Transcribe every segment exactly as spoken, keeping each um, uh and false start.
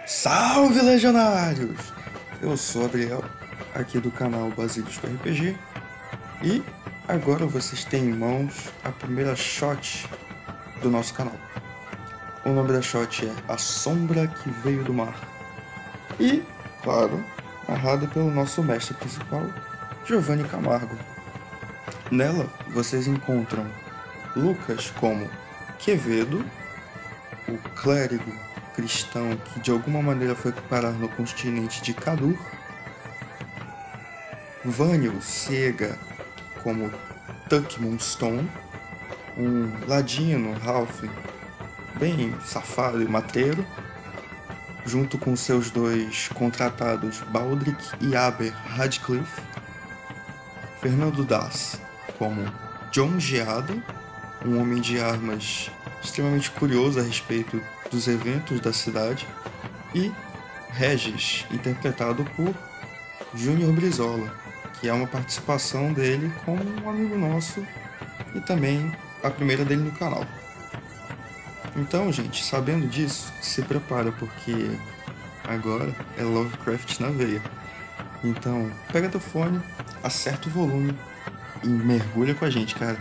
Salve, legionários! Eu sou o Adriel, aqui do canal Basilisco R P G, e agora vocês têm em mãos a primeira shot do nosso canal. O nome da shot é A Sombra que Veio do Mar, e, claro, narrada pelo nosso mestre principal, Giovanni Camargo. Nela, vocês encontram Lucas como Quevedo, o clérigo cristão que de alguma maneira foi parar no continente de Cadur, Vânio Cega como Tuck Moonstone, um ladino halfling bem safado e matreiro, junto com seus dois contratados Baldric e Aber Radcliffe, Fernando Das como John Geada, um homem de armas extremamente curioso a respeito dos eventos da cidade, e Regis, interpretado por Júnior Brizola, que é uma participação dele como um amigo nosso e também a primeira dele no canal. Então, gente, sabendo disso, se prepara, porque agora é Lovecraft na veia. Então, pega teu fone, acerta o volume e mergulha com a gente, cara.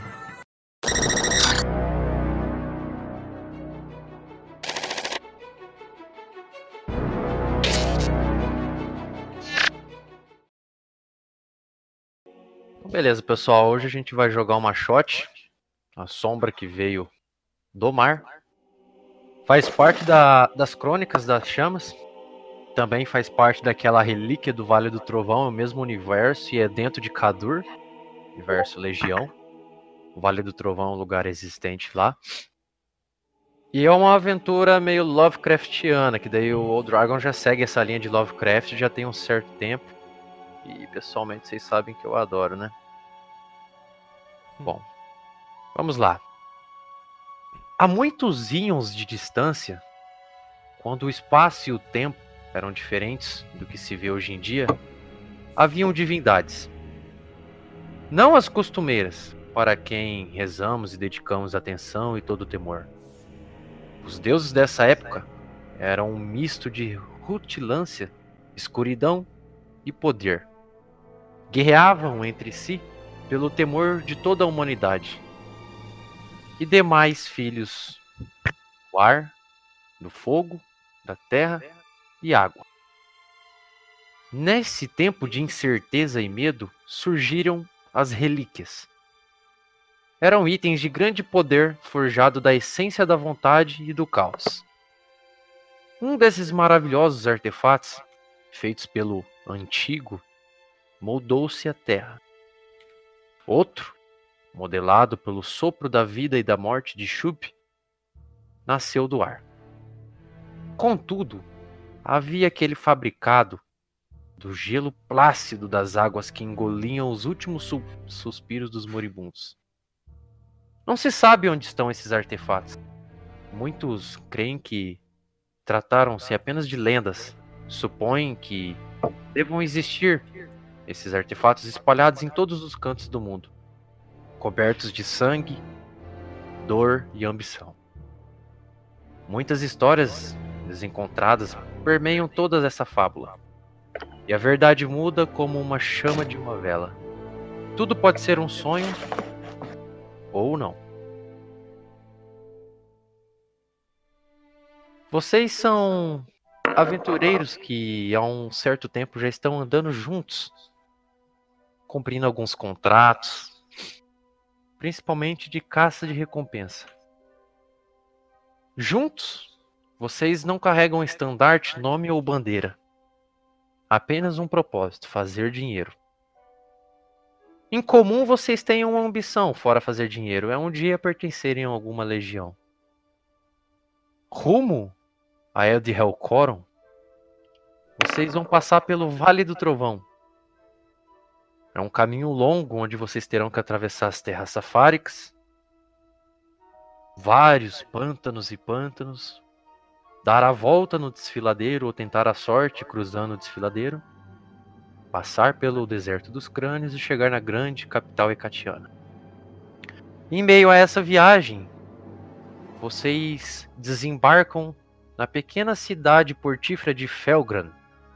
Beleza, pessoal, hoje a gente vai jogar uma shot, A Sombra que Veio do Mar. Faz parte da, das Crônicas das Chamas, também faz parte daquela relíquia do Vale do Trovão, é o mesmo universo e é dentro de Cadur, universo Legião. O Vale do Trovão é um lugar existente lá. E é uma aventura meio Lovecraftiana, que daí o Old Dragon já segue essa linha de Lovecraft já tem um certo tempo. E pessoalmente vocês sabem que eu adoro, né? Bom, vamos lá. Há muitos íons de distância, quando o espaço e o tempo eram diferentes do que se vê hoje em dia, haviam divindades. Não as costumeiras, para quem rezamos e dedicamos atenção e todo temor. Os deuses dessa época eram um misto de rutilância, escuridão e poder. Guerreavam entre si pelo temor de toda a humanidade. E demais filhos do ar, do fogo, da terra e água. Nesse tempo de incerteza e medo, surgiram as relíquias. Eram itens de grande poder forjado da essência da vontade e do caos. Um desses maravilhosos artefatos, feitos pelo Antigo, moldou-se à terra. Outro, modelado pelo sopro da vida e da morte de Shub, nasceu do ar. Contudo, havia aquele fabricado do gelo plácido das águas que engoliam os últimos su- suspiros dos moribundos. Não se sabe onde estão esses artefatos. Muitos creem que trataram-se apenas de lendas. Supõem que devam existir esses artefatos espalhados em todos os cantos do mundo, cobertos de sangue, dor e ambição. Muitas histórias desencontradas permeiam toda essa fábula. E a verdade muda como uma chama de uma vela. Tudo pode ser um sonho ou não. Vocês são aventureiros que há um certo tempo já estão andando juntos, cumprindo alguns contratos, principalmente de caça de recompensa. Juntos, vocês não carregam estandarte, nome ou bandeira. Apenas um propósito: fazer dinheiro. Em comum, vocês têm uma ambição, fora fazer dinheiro, é um dia pertencerem a alguma legião. Rumo a El de Helcoron, vocês vão passar pelo Vale do Trovão. É um caminho longo onde vocês terão que atravessar as terras safáricas, vários pântanos e pântanos, dar a volta no desfiladeiro ou tentar a sorte cruzando o desfiladeiro, passar pelo deserto dos crânios e chegar na grande capital hecatiana. Em meio a essa viagem, vocês desembarcam na pequena cidade portífera de Felgran.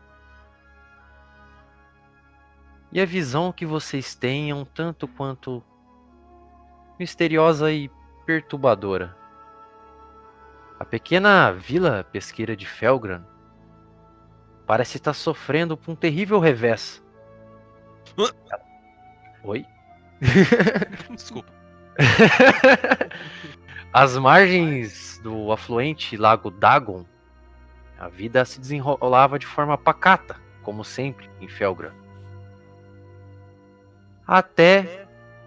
E a visão que vocês têm é um tanto quanto misteriosa e perturbadora. A pequena vila pesqueira de Felgran parece estar sofrendo por um terrível revés. Oi? Desculpa. Às margens do afluente Lago Dagon, a vida se desenrolava de forma pacata, como sempre em Felgran. Até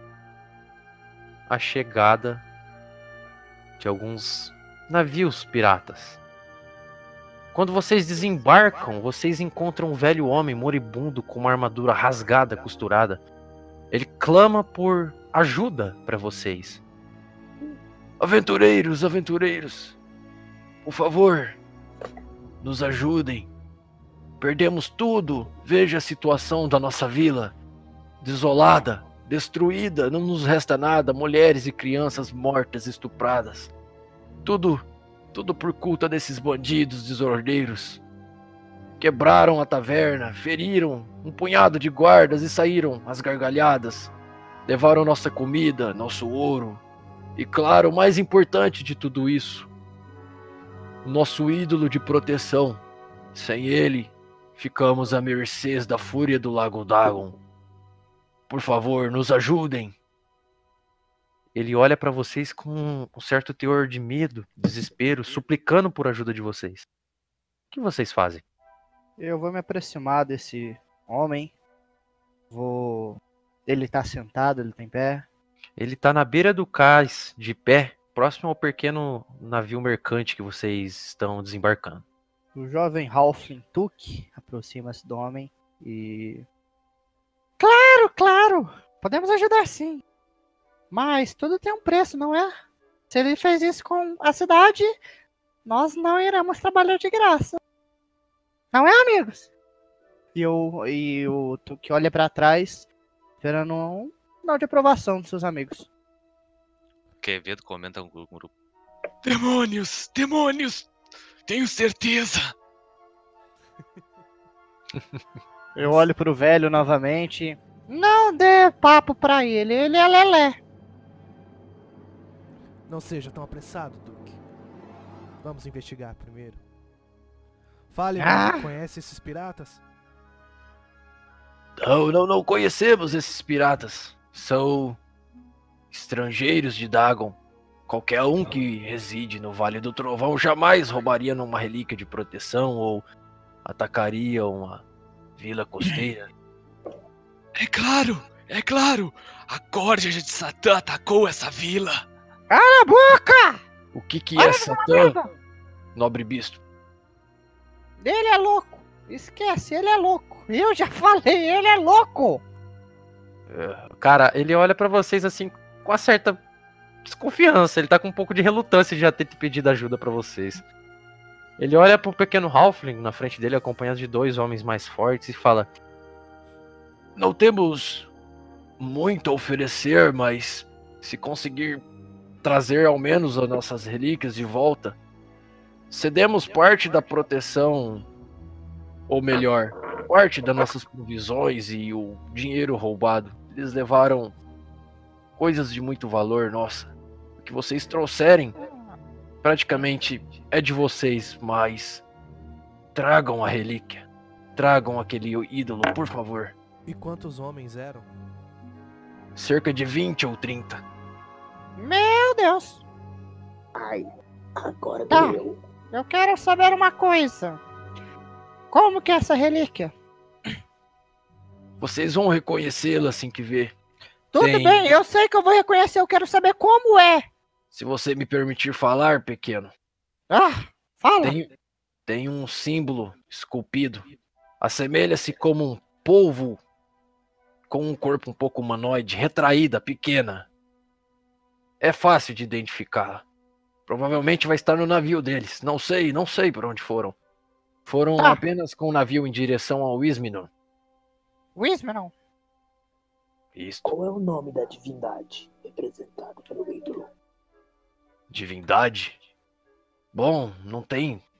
a chegada de alguns navios piratas. Quando vocês desembarcam, vocês encontram um velho homem moribundo com uma armadura rasgada, costurada. Ele clama por ajuda para vocês. Aventureiros, aventureiros, por favor, nos ajudem. Perdemos tudo. Veja a situação da nossa vila. Desolada, destruída, não nos resta nada. Mulheres e crianças mortas, estupradas. Tudo, tudo por culpa desses bandidos desordeiros. Quebraram a taverna, feriram um punhado de guardas e saíram às gargalhadas. Levaram nossa comida, nosso ouro. E claro, o mais importante de tudo isso, o nosso ídolo de proteção. Sem ele, ficamos à mercê da fúria do Lago Dagon. Por favor, nos ajudem. Ele olha para vocês com um certo teor de medo, desespero, suplicando por ajuda de vocês. O que vocês fazem? Eu vou me aproximar desse homem. Vou... Ele tá sentado, ele tá em pé. Ele tá na beira do cais, de pé, próximo ao pequeno navio mercante que vocês estão desembarcando. O jovem Halfling Tuck aproxima-se do homem e... Claro, claro! Podemos ajudar sim. Mas tudo tem um preço, não é? Se ele fez isso com a cidade, nós não iremos trabalhar de graça. Não é, amigos? E o, e o Tuck olha pra trás, esperando um sinal de aprovação dos seus amigos. Quevedo comenta com o grupo. Demônios! Demônios! Tenho certeza! Eu olho pro velho novamente. Não dê papo pra ele, ele é lelé. Não seja tão apressado, Duque. Vamos investigar primeiro. Fale, Ah! conhece esses piratas? Não, não, não conhecemos esses piratas. São estrangeiros de Dagon. Qualquer um que reside no Vale do Trovão jamais roubaria numa relíquia de proteção ou atacaria uma vila costeira. É claro! É claro! A Corja de Satã atacou essa vila! Cala a boca! O que que Olha é essa Satã, merda! nobre bispo? Ele é louco. Esquece, ele é louco. Eu já falei, ele é louco. Cara, ele olha pra vocês assim com uma certa desconfiança. Ele tá com um pouco de relutância de já ter pedido ajuda pra vocês. Ele olha pro pequeno Halfling na frente dele, acompanhado de dois homens mais fortes, e fala: não temos muito a oferecer, mas se conseguir trazer ao menos as nossas relíquias de volta, cedemos parte da proteção, ou melhor, parte das nossas provisões e o dinheiro roubado. Eles levaram coisas de muito valor, nossa. O que vocês trouxerem praticamente é de vocês, mas tragam a relíquia. Tragam aquele ídolo, por favor. E quantos homens eram? Cerca de vinte ou trinta. Meu Deus. Ai, agora Tá. doeu. Eu quero saber uma coisa. Como que é essa relíquia? Vocês vão reconhecê-la assim que ver. Tudo Tem- bem, eu sei que eu vou reconhecer, eu quero saber como é. Se você me permitir falar, pequeno, Ah, fala. tem, tem um símbolo esculpido. Assemelha-se como um polvo com um corpo um pouco humanoide, retraída, pequena. É fácil de identificar. Provavelmente vai estar no navio deles. Não sei, não sei por onde foram. Foram Tá. apenas com o navio em direção ao Isminon. Wismanon. Isto. Qual é o nome da divindade representada pelo ídolo? Divindade? Bom, não tem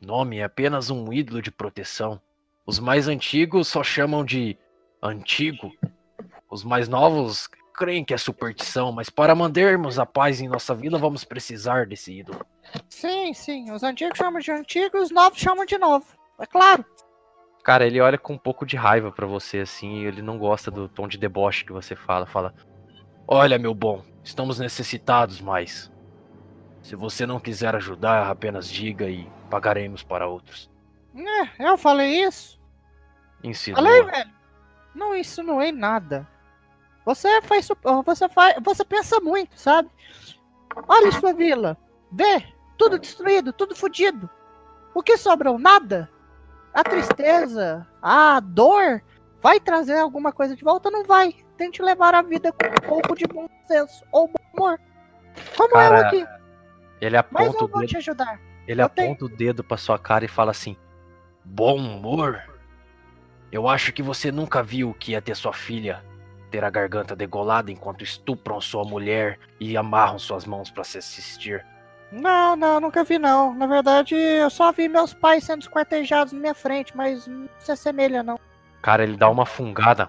nome é apenas um ídolo de proteção. Os mais antigos só chamam de antigo. Os mais novos creem que é superstição, mas para mantermos a paz em nossa vila, vamos precisar desse ídolo. Sim, sim. Os antigos chamam de antigo, os novos chamam de novo. É claro. Cara, ele olha com um pouco de raiva pra você, assim, e ele não gosta do tom de deboche que você fala. Fala, olha, meu bom, estamos necessitados, mas se você não quiser ajudar, apenas diga e pagaremos para outros. É, eu falei isso. Insinua. Falei, velho. Não insinuei nada. Você faz, sup- você faz, você pensa muito, sabe? Olha sua vila. Vê, tudo destruído, tudo fodido. O que sobrou? Nada. A tristeza, a dor, vai trazer alguma coisa de volta? Não vai. Tente levar a vida com um pouco de bom senso ou bom humor. Como Cara, eu aqui. Ele Mas aponta, eu o vou dedo, te ajudar. ele eu aponta tenho- o dedo pra sua cara e fala assim, bom humor? Eu acho que você nunca viu o que é ter sua filha ter a garganta degolada enquanto estupram sua mulher e amarram suas mãos pra se assistir. Não, não, nunca vi não. Na verdade, eu só vi meus pais sendo esquartejados na minha frente, mas não se assemelha não. Cara, ele dá uma fungada,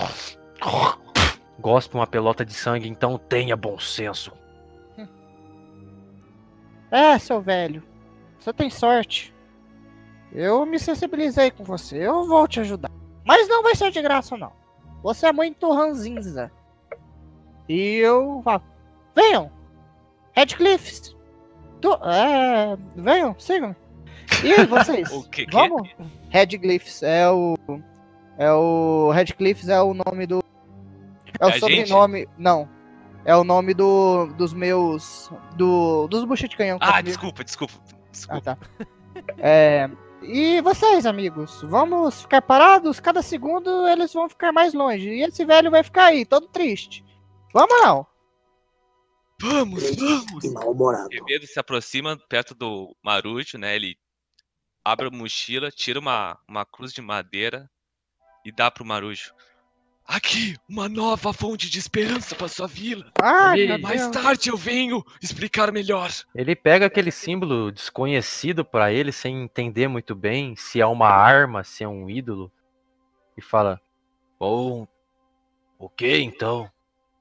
gospe uma pelota de sangue, então tenha bom senso. É, seu velho, você tem sorte. Eu me sensibilizei com você, eu vou te ajudar. Mas não vai ser de graça não. Você é muito ranzinza. E eu... vá. Venham! Redcliffs! Tu... É... Venham, sigam-me. E vocês? O que que Vamos? Redcliffs é o... É o... Redcliffs é o nome do... É o É a sobrenome... Não. É o nome do... Dos meus... Do... Dos bucha de canhão. que tá Ah, comigo. desculpa, desculpa. Ah, Desculpa. tá. É, e vocês, amigos, vamos ficar parados? Cada segundo eles vão ficar mais longe. E esse velho vai ficar aí, todo triste. Vamos não. Vamos, Triste vamos! e mal-humorado. Quevedo se aproxima perto do Marujo, né? Ele abre a mochila, tira uma, uma cruz de madeira e dá pro Marujo. Aqui, uma nova fonte de esperança pra sua vila. Ai, Ele- meu Mais Deus. tarde eu venho explicar melhor. Ele pega aquele símbolo desconhecido pra ele, sem entender muito bem se é uma arma, se é um ídolo, e fala, bom, o que então?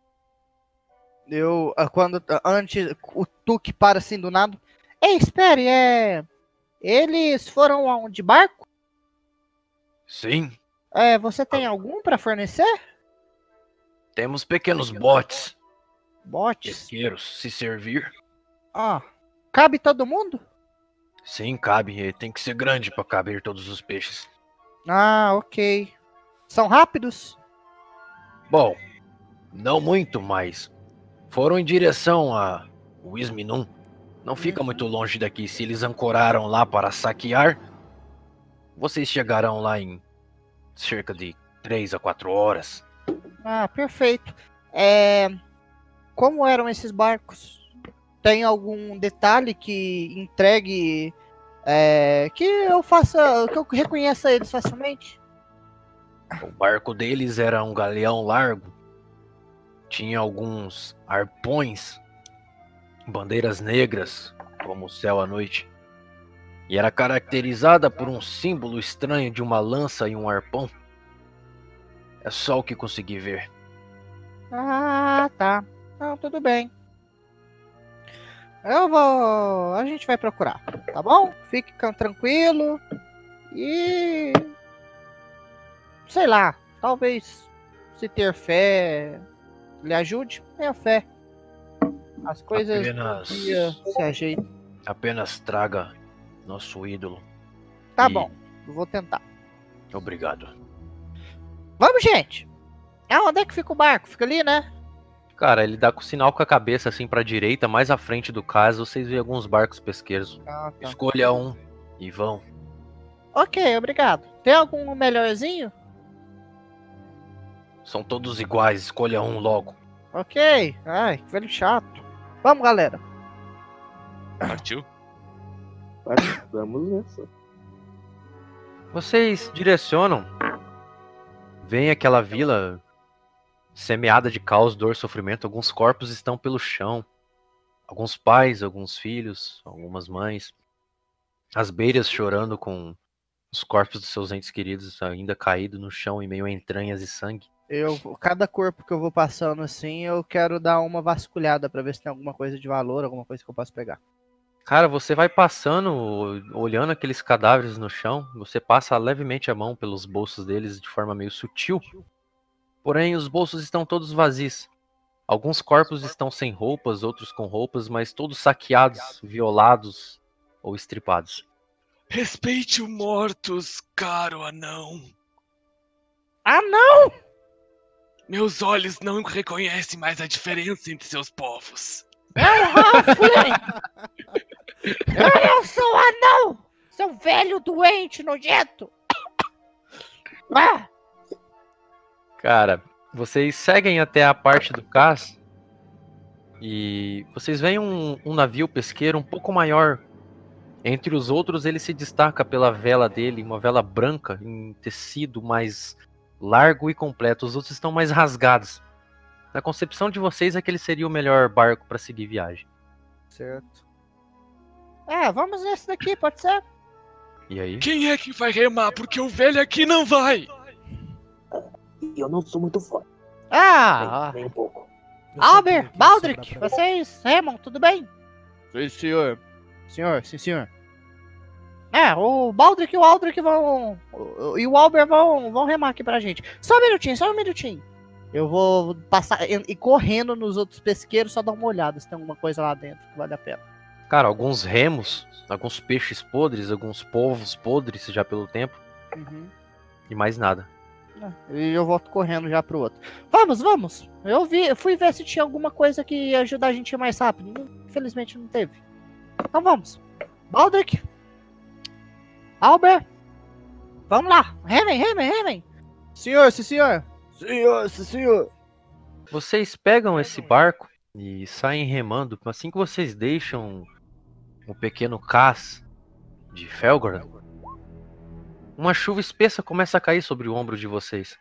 Eu, ah, quando, ah, antes, o Tuque para assim do nada. Ei, espere, é... Eles foram aonde? De barco? Sim, É, você tem algum pra fornecer? temos pequenos botes, Botes? pesqueiros, se servir. Ah, cabe todo mundo? Sim, cabe, eh, tem que ser grande pra caber todos os peixes. Ah, ok. São rápidos? Bom, não muito, mas foram em direção a Wisminum. Não fica muito longe daqui. Se eles ancoraram lá para saquear, vocês chegarão lá em cerca de três a quatro horas. Ah, perfeito. É, como eram esses barcos? Tem algum detalhe que entregue é, que eu faça, que eu reconheça eles facilmente? O barco deles era um galeão largo. Tinha alguns arpões, bandeiras negras, como o céu à noite. E era caracterizada por um símbolo estranho de uma lança e um arpão. É só o que consegui ver. Ah, tá. Não, tudo bem. Eu vou. A gente vai procurar, tá bom? Fique can- tranquilo. E. Sei lá, talvez se ter fé lhe ajude. Tenha fé. As coisas Apenas- um dia se ajeitam. Apenas traga nosso ídolo. Tá E- bom, eu vou tentar. Obrigado. Vamos, gente! Ah, onde é que fica o barco? Fica ali, né? Cara, ele dá com o sinal com a cabeça assim pra direita, mais à frente do cais, vocês veem alguns barcos pesqueiros. Ah, tá. Escolha um e vão. Ok, obrigado. Tem algum melhorzinho? São todos iguais, escolha um logo. Ok. Ai, que velho chato. Vamos, galera. Partiu? Vamos nessa. Vocês direcionam. Vem aquela vila semeada de caos, dor, sofrimento. Alguns corpos estão pelo chão. Alguns pais, alguns filhos, algumas mães. as beiras chorando com os corpos dos seus entes queridos ainda caídos no chão em meio a entranhas e sangue. Eu, cada corpo que eu vou passando assim, eu quero dar uma vasculhada pra ver se tem alguma coisa de valor, alguma coisa que eu posso pegar. Cara, você vai passando, olhando aqueles cadáveres no chão, você passa levemente a mão pelos bolsos deles de forma meio sutil. Porém, os bolsos estão todos vazios. Alguns corpos estão sem roupas, outros com roupas, mas todos saqueados, violados ou estripados. Respeite os mortos, caro anão. Ah, não! Meus olhos não reconhecem mais a diferença entre seus povos. Eu não sou anão! Seu velho doente, nojento! Ah! Cara, vocês seguem até a parte do cais e vocês veem um, um navio pesqueiro um pouco maior. Entre os outros, ele se destaca pela vela dele, uma vela branca em tecido mais largo e completo. Os outros estão mais rasgados. Na concepção de vocês, aquele seria o melhor barco para seguir viagem. Certo. É, vamos nesse daqui, pode ser? E aí? Quem é que vai remar? Porque o velho aqui não vai. Eu não sou muito forte, Ah! nem, nem um pouco. Eu sabia Albert, que ia Baldric, sobrar pra mim. vocês remam, tudo bem? Sim, senhor. Senhor, sim, senhor. É, o Baldric e o Aldric vão. o- E o Albert vão, vão remar aqui pra gente. Só um minutinho, só um minutinho. Eu vou passar e, e correndo nos outros pesqueiros, só dar uma olhada se tem alguma coisa lá dentro que vale a pena. Cara, alguns remos, alguns peixes podres, alguns polvos podres já pelo tempo Uhum. e mais nada. E eu volto correndo já pro outro. Vamos, vamos! Eu vi, eu fui ver se tinha alguma coisa que ia ajudar a gente a ir mais rápido. Infelizmente não teve. Então vamos. Baldric! Albert! Vamos lá! Remem, remem, remem! Senhor, sim, senhor. Senhor, sim, senhor. Vocês pegam esse barco e saem remando. Assim que vocês deixam o pequeno cais de Felgor, uma chuva espessa começa a cair sobre o ombro de vocês.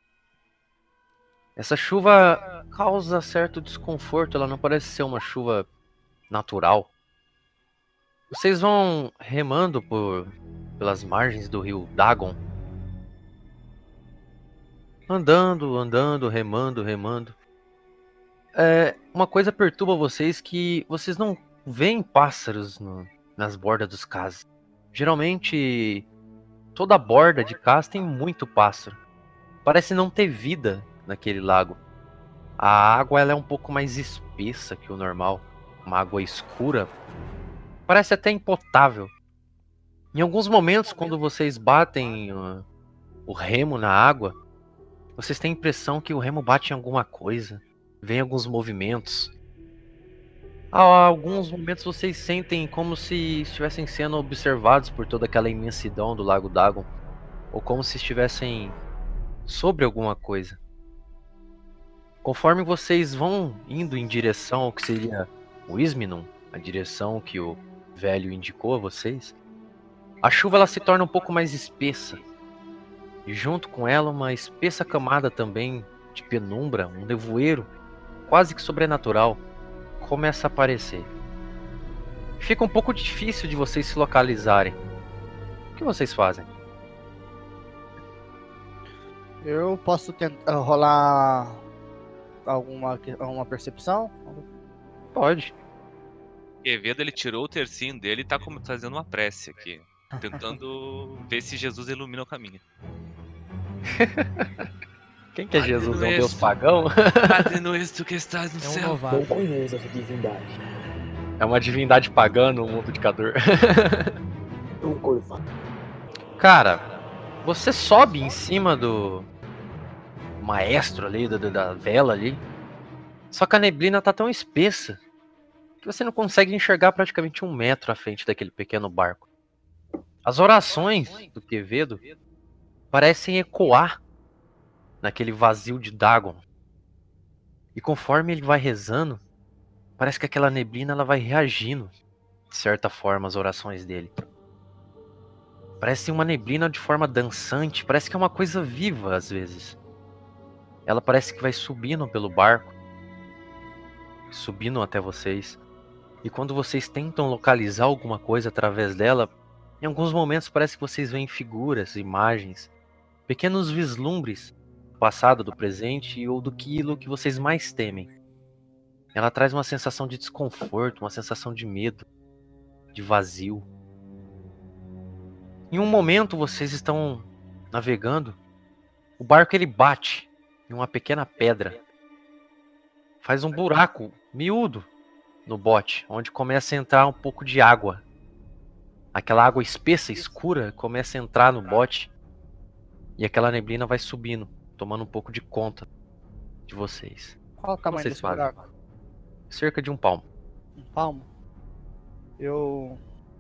Essa chuva causa certo desconforto, ela não parece ser uma chuva natural. Vocês vão remando por pelas margens do rio Dagon. Andando, andando, remando, remando. É, uma coisa perturba vocês que vocês não veem pássaros no- nas bordas dos cais. Geralmente, toda a borda de cais tem muito pássaro. Parece não ter vida naquele lago. A água ela é um pouco mais espessa que o normal. Uma água escura. Parece até impotável. Em alguns momentos, quando vocês batem uh, o remo na água, vocês têm a impressão que o remo bate em alguma coisa. Vem alguns movimentos. Há alguns momentos vocês sentem como se estivessem sendo observados por toda aquela imensidão do Lago Dagon. Ou como se estivessem sobre alguma coisa. Conforme vocês vão indo em direção ao que seria o Isminum, a direção que o velho indicou a vocês, a chuva ela se torna um pouco mais espessa. E junto com ela uma espessa camada também de penumbra, um nevoeiro quase que sobrenatural, começa a aparecer. Fica um pouco difícil de vocês se localizarem. O que vocês fazem? Eu posso tentar rolar alguma, alguma percepção? Pode. Quevedo, ele tirou o tercinho dele e tá como- fazendo uma prece aqui. Tentando ver se Jesus ilumina o caminho. Quem que é Padre Jesus? É um Nuestro. deus pagão? Padre nuestro que estás no É um céu. Não novato. conheço essa divindade. É uma divindade pagã no mundo de Cador. Um curva. Cara, você sobe em cima do maestro ali, da, da vela ali. Só que a neblina tá tão espessa que você não consegue enxergar praticamente um metro à frente daquele pequeno barco. As orações do Quevedo parecem ecoar naquele vazio de Dagon. E conforme ele vai rezando, parece que aquela neblina ela vai reagindo, de certa forma, às orações dele. Parece uma neblina de forma dançante, parece que é uma coisa viva às vezes. Ela parece que vai subindo pelo barco, subindo até vocês. E quando vocês tentam localizar alguma coisa através dela, Em alguns momentos parece que vocês veem figuras, imagens, pequenos vislumbres do passado, do presente ou do quilo que vocês mais temem. Ela traz uma sensação de desconforto, uma sensação de medo, de vazio. Em um momento vocês estão navegando, o barco ele bate em uma pequena pedra, faz um buraco miúdo no bote, onde começa a entrar um pouco de água. Aquela água espessa, escura, começa a entrar no bote e aquela neblina vai subindo, tomando um pouco de conta de vocês. Qual o tamanho vocês desse fazem? buraco? Cerca de um palmo. Um palmo? Eu...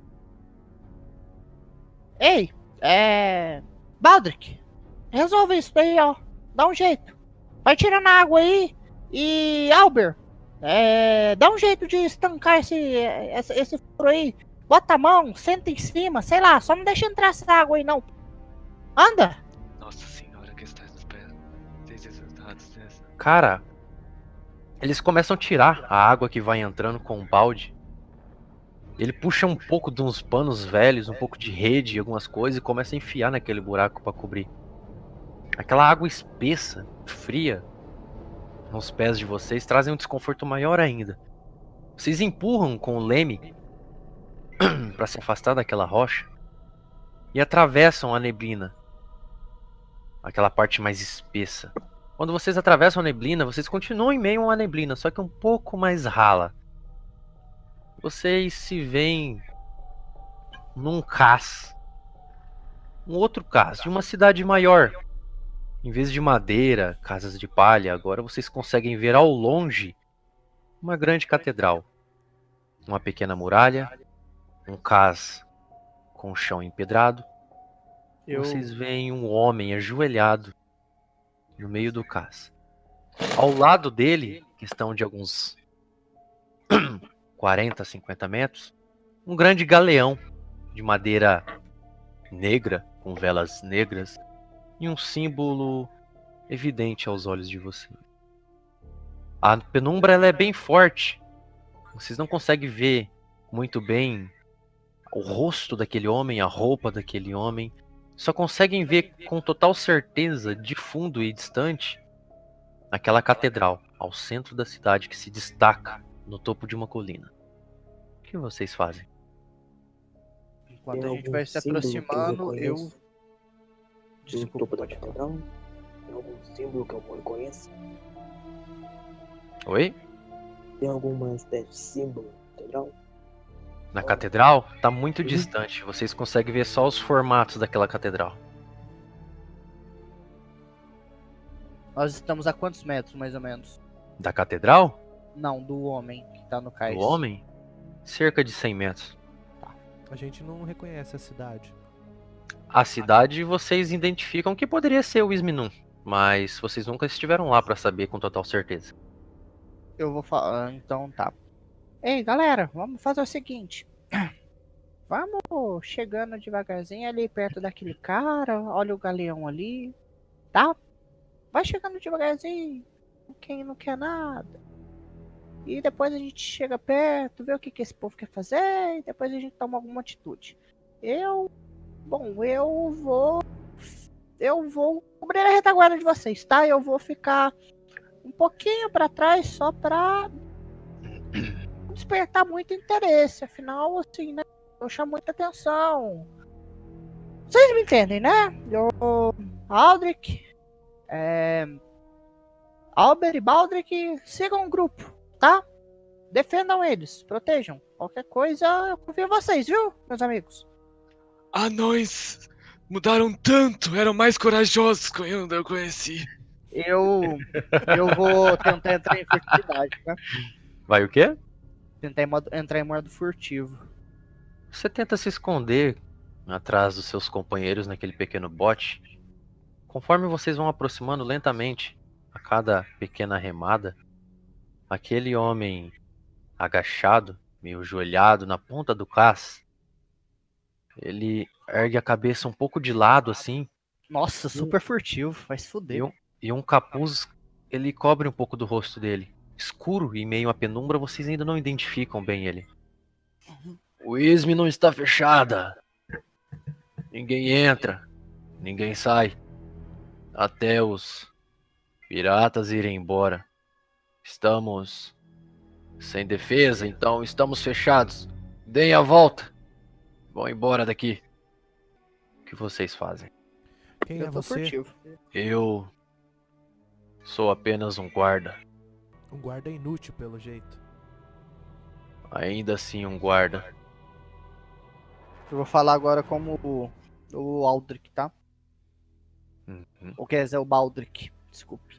Ei, é... Baldric, resolve isso daí, ó. Dá um jeito. Vai tirando a água aí. E, Albert, é... dá um jeito de estancar esse, esse, esse furo aí. Bota a mão, senta em cima, sei lá, só não deixa entrar essa água aí, não. Anda! Nossa senhora, que está esperando. Cara, eles começam a tirar a água que vai entrando com o balde. Ele puxa um pouco de uns panos velhos, um pouco de rede e algumas coisas e começa a enfiar naquele buraco para cobrir. Aquela água espessa, fria, nos pés de vocês trazem um desconforto maior ainda. Vocês empurram com o leme para se afastar daquela rocha e atravessam a neblina, aquela parte mais espessa. Quando vocês atravessam a neblina, vocês continuam em meio a uma neblina, só que um pouco mais rala. Vocês se veem num cais, um outro cais de uma cidade maior. Em vez de madeira, casas de palha, agora vocês conseguem ver ao longe uma grande catedral, uma pequena muralha, um cais com o chão empedrado. Eu... Vocês veem um homem ajoelhado no meio do cais. Ao lado dele, questão de alguns quarenta, cinquenta metros, um grande galeão de madeira negra, com velas negras, e um símbolo evidente aos olhos de vocês. A penumbra ela é bem forte. Vocês não conseguem ver muito bem o rosto daquele homem, a roupa daquele homem. Só conseguem ver com total certeza, de fundo e distante, aquela catedral ao centro da cidade que se destaca no topo de uma colina. O que vocês fazem? Enquanto Tem a gente algum vai se símbolo que eu aproximando, eu... reconheço? No Desculpa, topo da pode falar. catedral? Tem algum símbolo que eu reconheço? Oi? Tem alguma espécie de símbolo na catedral? Na catedral? Tá muito Uhum. distante. Vocês conseguem ver só os formatos daquela catedral. Nós estamos a quantos metros, mais ou menos? Da catedral? Não, do homem que tá no cais. Do homem? Cerca de cem metros. A gente não reconhece a cidade. A cidade vocês identificam que poderia ser o Isminun, mas vocês nunca estiveram lá pra saber com total certeza. Eu vou falar, então tá. Ei, galera, vamos fazer o seguinte. Vamos chegando devagarzinho ali perto daquele cara. Olha o galeão ali, tá? Vai chegando devagarzinho. Quem não quer nada. E depois a gente chega perto, vê o que, que esse povo quer fazer. E depois a gente toma alguma atitude. Eu... Bom, eu vou... Eu vou cobrir a retaguarda de vocês, tá? Eu vou ficar um pouquinho pra trás só pra... despertar muito interesse, afinal, assim, né? Eu chamo muita atenção. Vocês me entendem, né? Eu, Aldrich, é... Albert e Baldric sigam o grupo, tá? Defendam eles, protejam. Qualquer coisa, eu confio em vocês, viu, meus amigos? Anões mudaram tanto, eram mais corajosos quando eu conheci. Eu, eu vou tentar entrar em furtividade, tá? Vai o quê? Tentar em modo- entrar em modo furtivo. Você tenta se esconder atrás dos seus companheiros naquele pequeno bote. Conforme vocês vão aproximando lentamente a cada pequena remada, aquele homem agachado, meio ajoelhado na ponta do cais, ele ergue a cabeça um pouco de lado assim, Nossa, super furtivo, vai se e fuder. um, e um capuz ele cobre um pouco do rosto dele. Escuro e meio à penumbra, vocês ainda não identificam bem ele. O Isme não está fechada. Ninguém entra, ninguém sai, até os piratas irem embora. Estamos sem defesa, então estamos fechados. Deem a volta. Vão embora daqui. O que vocês fazem? Quem Eu é tô você? furtivo. Eu sou apenas um guarda. Um guarda inútil, pelo jeito. Ainda assim um guarda. Eu vou falar agora como o, o Aldrich, tá? Uhum. Ou quer dizer, o Baldric. Desculpe.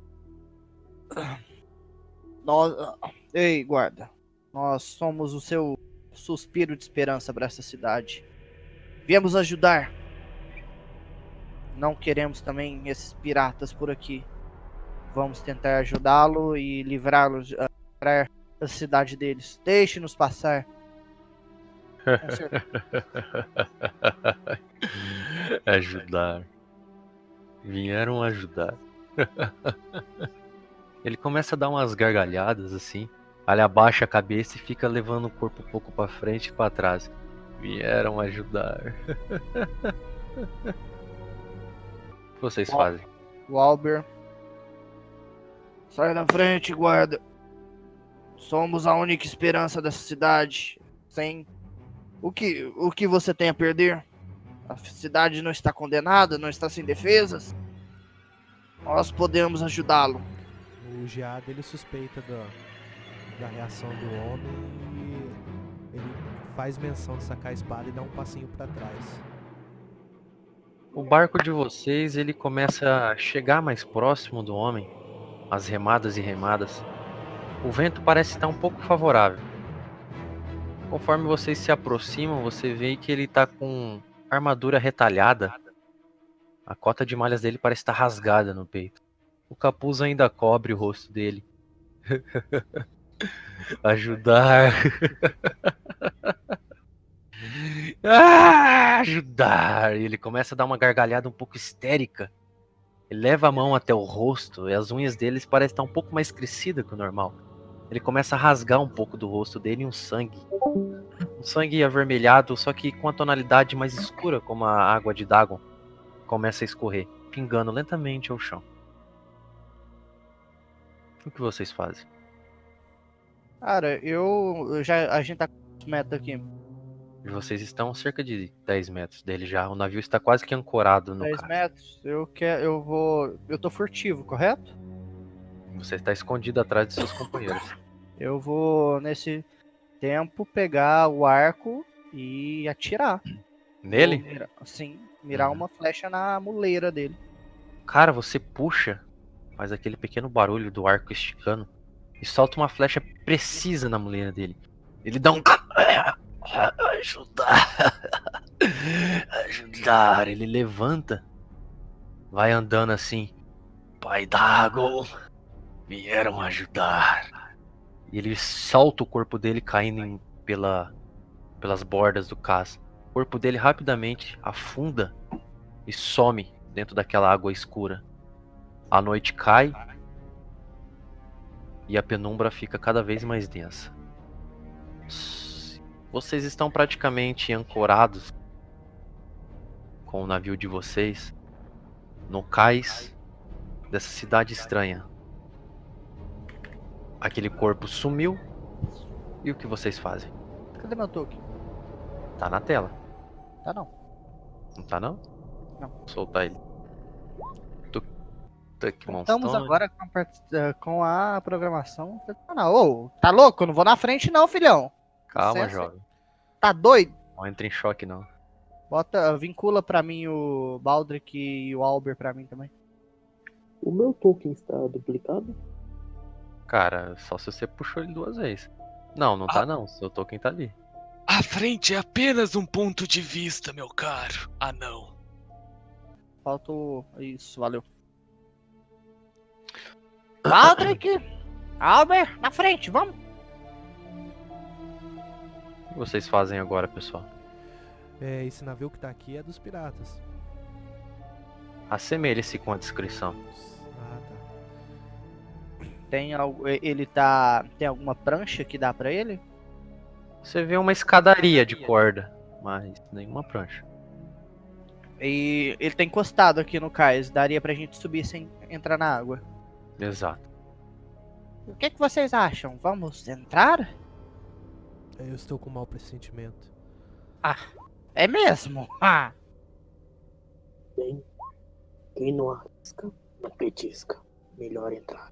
Nós... Ei, guarda. Nós somos o seu suspiro de esperança para essa cidade. Viemos ajudar. Não queremos também esses piratas por aqui. Vamos tentar ajudá-lo e livrá-los a livrar a cidade deles. Deixe-nos passar. Com certeza. Ajudar. Vieram ajudar. Ele começa a dar umas gargalhadas assim. Aí ele abaixa a cabeça e fica levando o corpo um pouco pra frente e pra trás. Vieram ajudar. O que vocês Bom. fazem? O Albert. Sai da frente, guarda. Somos a única esperança dessa cidade. Sem... O que, o que você tem a perder? A cidade não está condenada, não está sem defesas. Nós podemos ajudá-lo. O Geado, ele suspeita da, da reação do homem e ele faz menção de sacar a espada e dá um passinho pra trás. O barco de vocês, ele começa a chegar mais próximo do homem. As remadas e remadas. O vento parece estar um pouco favorável. Conforme vocês se aproximam, você vê que ele tá com armadura retalhada. A cota de malhas dele parece estar rasgada no peito. O capuz ainda cobre o rosto dele. Ajudar. Ah, ajudar. E ele começa a dar uma gargalhada um pouco histérica. Ele leva a mão até o rosto e as unhas dele parecem estar um pouco mais crescidas que o normal. Ele começa a rasgar um pouco do rosto dele e um sangue. Um sangue avermelhado, só que com a tonalidade mais escura, como a água de Dagon, começa a escorrer, pingando lentamente ao chão. O que vocês fazem? Cara, eu, eu já a gente tá com quantos metros aqui? Vocês estão a cerca de dez metros dele já. O navio está quase que ancorado no dez cais. metros. Eu quero, eu vou, eu tô furtivo, correto? Você está escondido atrás de seus companheiros. Eu vou nesse tempo pegar o arco e atirar. Nele? Vou mirar- Sim, mirar Uhum. uma flecha na muleira dele. Cara, você puxa, faz aquele pequeno barulho do arco esticando e solta uma flecha precisa na mulher dele. Ele dá um... Ajudar. Ajudar. Ele levanta. Vai andando assim. Pai Dagon. Vieram ajudar. E ele solta o corpo dele caindo em- pela, pelas bordas do cais. O corpo dele rapidamente afunda e some dentro daquela água escura. A noite cai e a penumbra fica cada vez mais densa. Vocês estão praticamente ancorados com o navio de vocês no cais dessa cidade estranha. Aquele corpo sumiu. E o que vocês fazem? Cadê meu token? Tá na tela. Tá não. Não tá não? Não. Vou soltar ele. Tuc, tuc, Estamos monstone. agora com a, part- eh, com a programação. Não, ô, tá louco? Eu não vou na frente não, filhão. Calma, Licença. jovem. Tá doido? Não entra em choque não. Bota, vincula pra mim o Baldric e o Albert pra mim também. O meu token está duplicado? Cara, só se você puxou ele duas vezes. Não, não tá Ah. não. Seu token tá ali. A frente é apenas um ponto de vista, meu caro. Ah, não. Falta o... Isso, valeu. Baldric! Albert, na frente, vamos! O que vocês fazem agora, pessoal? É, esse navio que tá aqui é dos piratas. Assemelhe-se com a descrição. Ah, tá. Tem algo... Ele tá... Tem alguma prancha que dá pra ele? Você vê uma escadaria de corda, mas nenhuma prancha. E ele tá encostado aqui no cais. Daria pra gente subir sem entrar na água. Exato. O que, que vocês acham? Vamos entrar? Eu estou com mau pressentimento. É mesmo? Ah, Bem, quem não arrisca, não petisca. Melhor entrar.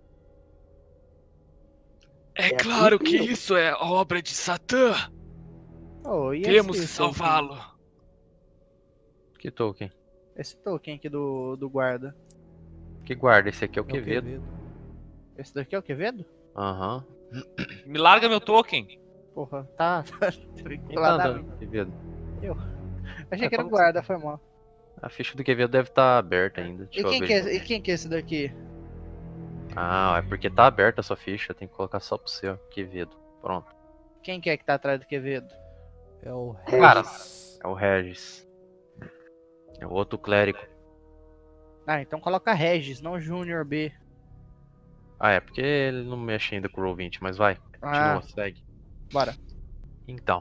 É É claro aqui, que filho. isso é obra de Satã. oh, e Temos esse que salvá-lo. Que token? token? Esse token aqui do, do guarda. Que guarda? Esse aqui é o É o Quevedo. Esse daqui é o Quevedo? Aham. Me larga meu token. Porra, tá. tá Quem tá vinculado a mim. andando, Quevedo? Achei É, que era o como guarda, foi mal. A ficha do Quevedo deve estar aberta ainda. Deixa E eu quem, ver. que é, e quem que é esse daqui? Ah, é porque tá aberta a sua ficha. Tem que colocar só pro seu, Quevedo. Pronto. Quem que é que tá atrás do Quevedo? É o Cara, Regis. é o Regis. É o outro clérigo. Ah, então coloca Regis, não Júnior B. Ah, é porque ele não mexe ainda com o Roll vinte, mas vai. Continua, Ah, segue. bora. Então.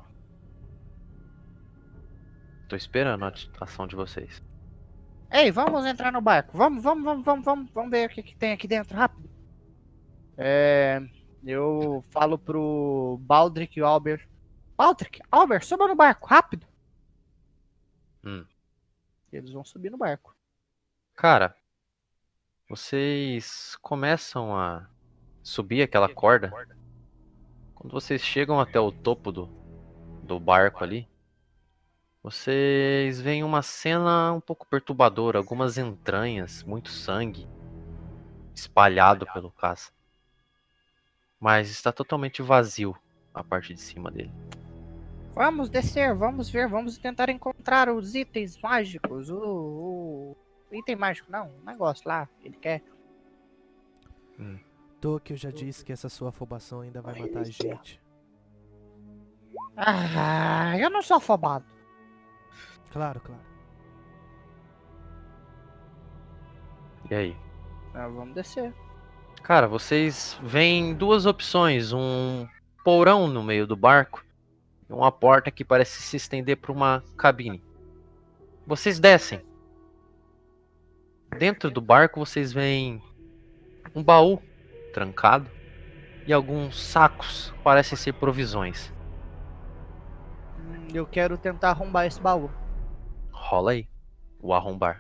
Tô esperando a ação de vocês. Ei, vamos entrar no barco. Vamos, vamos, vamos, vamos, vamos, vamos ver o que, que tem aqui dentro, rápido. É. Eu falo pro Baldric e o Albert. Baldric, Albert, suba no barco, rápido. Hum. E eles vão subir no barco. Cara, vocês começam a subir aquela corda. Quando vocês chegam até o topo do, do barco ali, vocês veem uma cena um pouco perturbadora, algumas entranhas, muito sangue espalhado pelo caça. Mas está totalmente vazio a parte de cima dele. Vamos descer, vamos ver, vamos tentar encontrar os itens mágicos. O, o... item mágico, não, um negócio lá, que ele quer. Toque, eu já disse que essa sua afobação ainda vai matar a gente. Ah, eu não sou afobado. Claro, claro. E aí? Ah, vamos descer. Cara, vocês veem duas opções, um porão no meio do barco e uma porta que parece se estender para uma cabine. Vocês descem. Dentro do barco vocês veem um baú trancado e alguns sacos, parecem ser provisões. Hum, Eu quero tentar arrombar esse baú. Rola aí, o arrombar.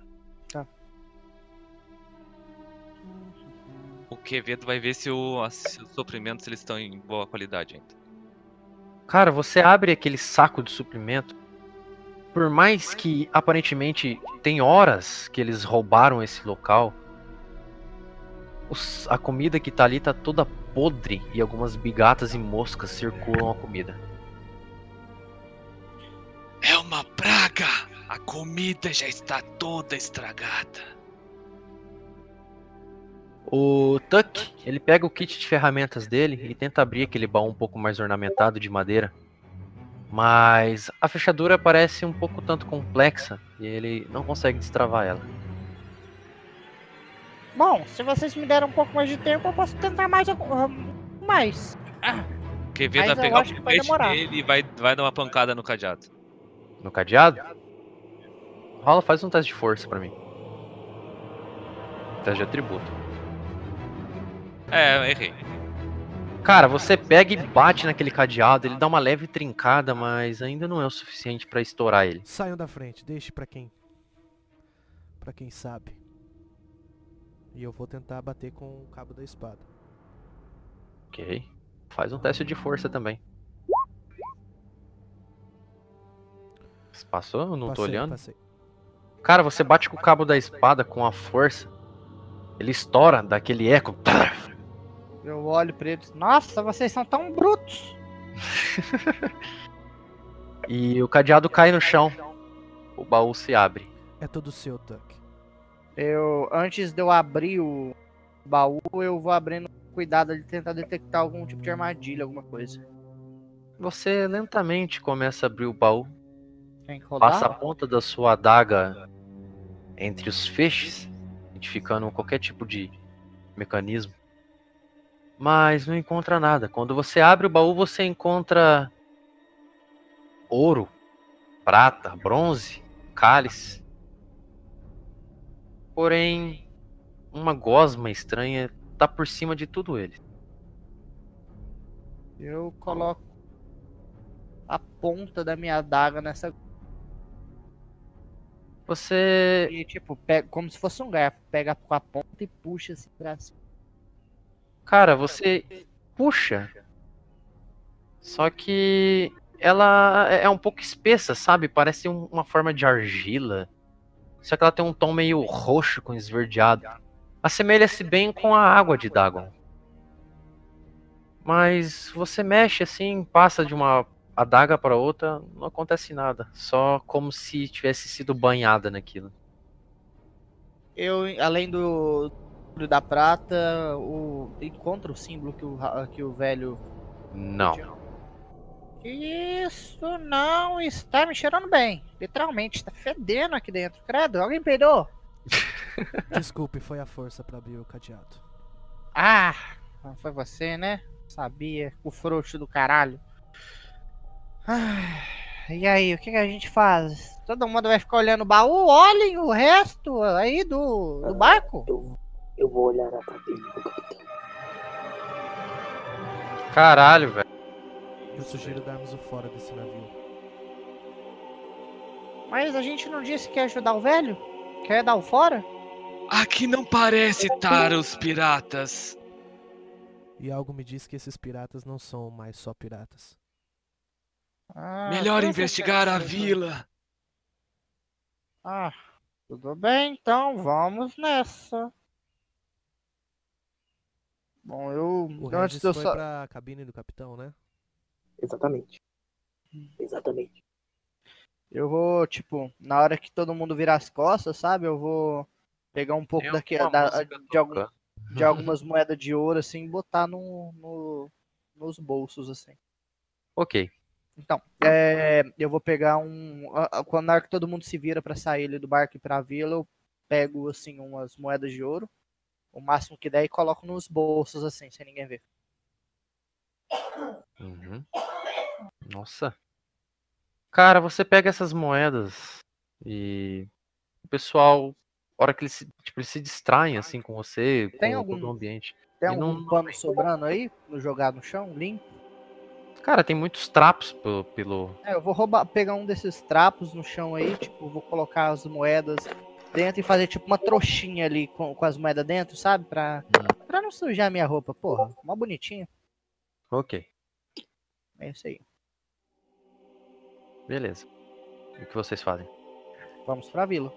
O Quevedo vai ver se, o, se os suprimentos eles estão em boa qualidade ainda. Cara, você abre aquele saco de suprimento. Por mais que aparentemente tem horas que eles roubaram esse local, os- a comida que tá ali tá toda podre e algumas bigatas e moscas circulam a comida. É uma praga! A comida já está toda estragada. O Tuck, ele pega o kit de ferramentas dele e tenta abrir aquele baú um pouco mais ornamentado de madeira. Mas a fechadura parece um pouco tanto complexa e ele não consegue destravar ela. Bom, se vocês me deram um pouco mais de tempo, eu posso tentar mais. algum- mais. O Quevedo Mas vai eu pegar acho o que vai peixe demorar. dele e vai, vai dar uma pancada no cadeado. No cadeado? Rola, faz um teste de força pra mim. Teste de atributo. É, errei. Cara, você pega e bate naquele cadeado, ele dá uma leve trincada, mas ainda não é o suficiente pra estourar ele. Saiam da frente, deixe pra quem. Pra quem sabe. E eu vou tentar bater com o cabo da espada. Ok. Faz um teste de força também. Passou? Eu não tô Passei, olhando. passei. Cara, você bate com o cabo da espada com a força. Ele estoura, dá aquele eco. Eu olho pra eles. Nossa, vocês são tão brutos. E o cadeado cai no chão. O baú se abre. É todo seu, Tuck. Eu, antes de eu abrir o baú, eu vou abrindo com cuidado de tentar detectar algum tipo de armadilha, alguma coisa. Você lentamente começa a abrir o baú. Tem que rodar? Passa a ponta da sua adaga entre os feixes, identificando qualquer tipo de mecanismo. Mas não encontra nada. Quando você abre o baú, você encontra ouro, prata, bronze, cálice. Porém, uma gosma estranha tá por cima de tudo ele. Eu coloco a ponta da minha adaga nessa. Você. E tipo, pega como se fosse um garfo. Pega com a ponta e puxa assim pra cima. Cara, você puxa. Só que ela é um pouco espessa, sabe? Parece um- uma forma de argila. Só que ela tem um tom meio roxo com esverdeado. Assemelha-se bem com a água de Dagon. Mas você mexe assim, passa de uma adaga para outra, não acontece nada. Só como se tivesse sido banhada naquilo. Eu, além do do da prata, o encontro o símbolo que o, ra- que o velho. Não. Que isso não está me cheirando bem. Literalmente, está fedendo aqui dentro. Credo, alguém peidou? Desculpe, foi a força pra abrir o cadeado. Ah, não foi você, né? Sabia, o frouxo do caralho. Ah, e aí, o que, que a gente faz? Todo mundo vai ficar olhando o baú? Olhem o resto aí do, do barco. Eu, eu vou olhar a cabine do capitão. Caralho, velho. Eu sugiro darmos o fora desse navio. Mas a gente não disse que ia ajudar o velho? Quer dar o fora? Aqui não parece estar os piratas. E algo me diz que esses piratas não são mais só piratas. Ah, Melhor com investigar a certeza. vila. Ah, tudo bem, então vamos nessa. Bom, eu. O Antes Regis de eu foi sa- pra cabine do capitão, né? Exatamente. Exatamente. Eu vou, tipo, na hora que todo mundo virar as costas, sabe? Eu vou pegar um pouco Tem daqui, alguma da, música de, algum, tocando. de algumas moedas de ouro, assim, e botar no, no- nos bolsos, assim. Ok. Então, é, eu vou pegar um. a- a- Quando na hora que todo mundo se vira pra sair ali do barco e pra vila, eu pego, assim, umas moedas de ouro, o máximo que der, e coloco nos bolsos, assim, sem ninguém ver. Uhum. Nossa. Cara, você pega essas moedas e o pessoal, a hora que eles se, tipo, eles se distraem assim com você, Tem com algum- todo o ambiente. Tem E não- algum pano sobrando aí? No jogado no chão, limpo? Cara, tem muitos trapos pelo, pelo... É, eu vou roubar, pegar um desses trapos no chão aí, tipo, vou colocar as moedas dentro e fazer tipo uma trouxinha ali com, com as moedas dentro, sabe? Pra, pra não sujar a minha roupa, porra. Mó bonitinho. Ok, É isso aí. beleza. E o que vocês fazem? Vamos pra vila.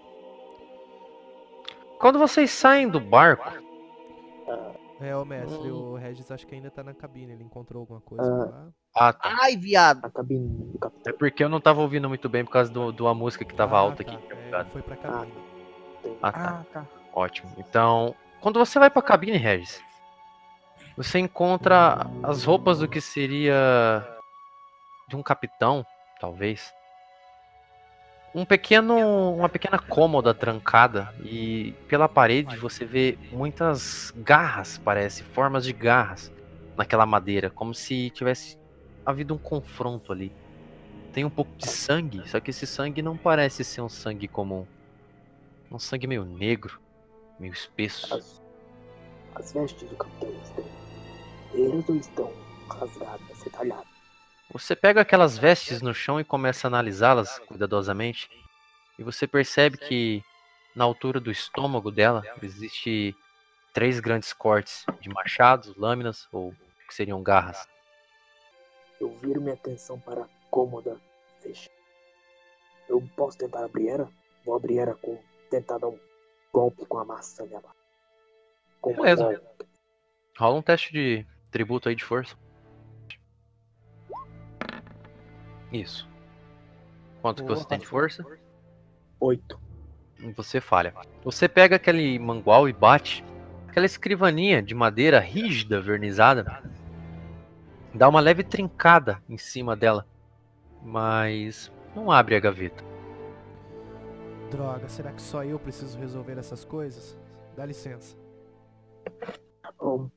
Quando vocês saem do barco, É, ô mestre, Hum. o Regis acho que ainda tá na cabine. Ele encontrou alguma coisa Ah. por lá? ah, tá. Ai, viado. A cabine do É capitão. porque eu não tava ouvindo muito bem por causa do, do a música que tava Ah, alta tá. aqui. É, Obrigado. ele foi pra cabine. Ah, tá. Ah, tá. Ótimo. Então, quando você vai pra cabine, Regis, você encontra as roupas do que seria de um capitão, talvez. Um pequeno, uma pequena cômoda trancada e pela parede você vê muitas garras, parece, formas de garras naquela madeira, como se tivesse havido um confronto ali. Tem um pouco de sangue, só que esse sangue não parece ser um sangue comum. Um sangue meio negro, meio espesso. As, as vestes do capitão estão inteiras ou estão rasgadas, retalhadas? Você pega aquelas vestes no chão e começa a analisá-las cuidadosamente, e você percebe que na altura do estômago dela existe três grandes cortes de machados, lâminas ou que seriam garras. Eu viro minha atenção para a cômoda fechada. Eu posso tentar abrir ela? Vou abrir ela com. Tentar dar um golpe com a maçã nela. Com uma Beleza. bola. Rola um teste de tributo aí de força. Isso. Quanto que você tem de força? Oito. Você falha. Você pega aquele mangual e bate. Aquela escrivaninha de madeira rígida, vernizada, dá uma leve trincada em cima dela, mas não abre a gaveta. Droga, será que só eu preciso resolver essas coisas? Dá licença. Bom,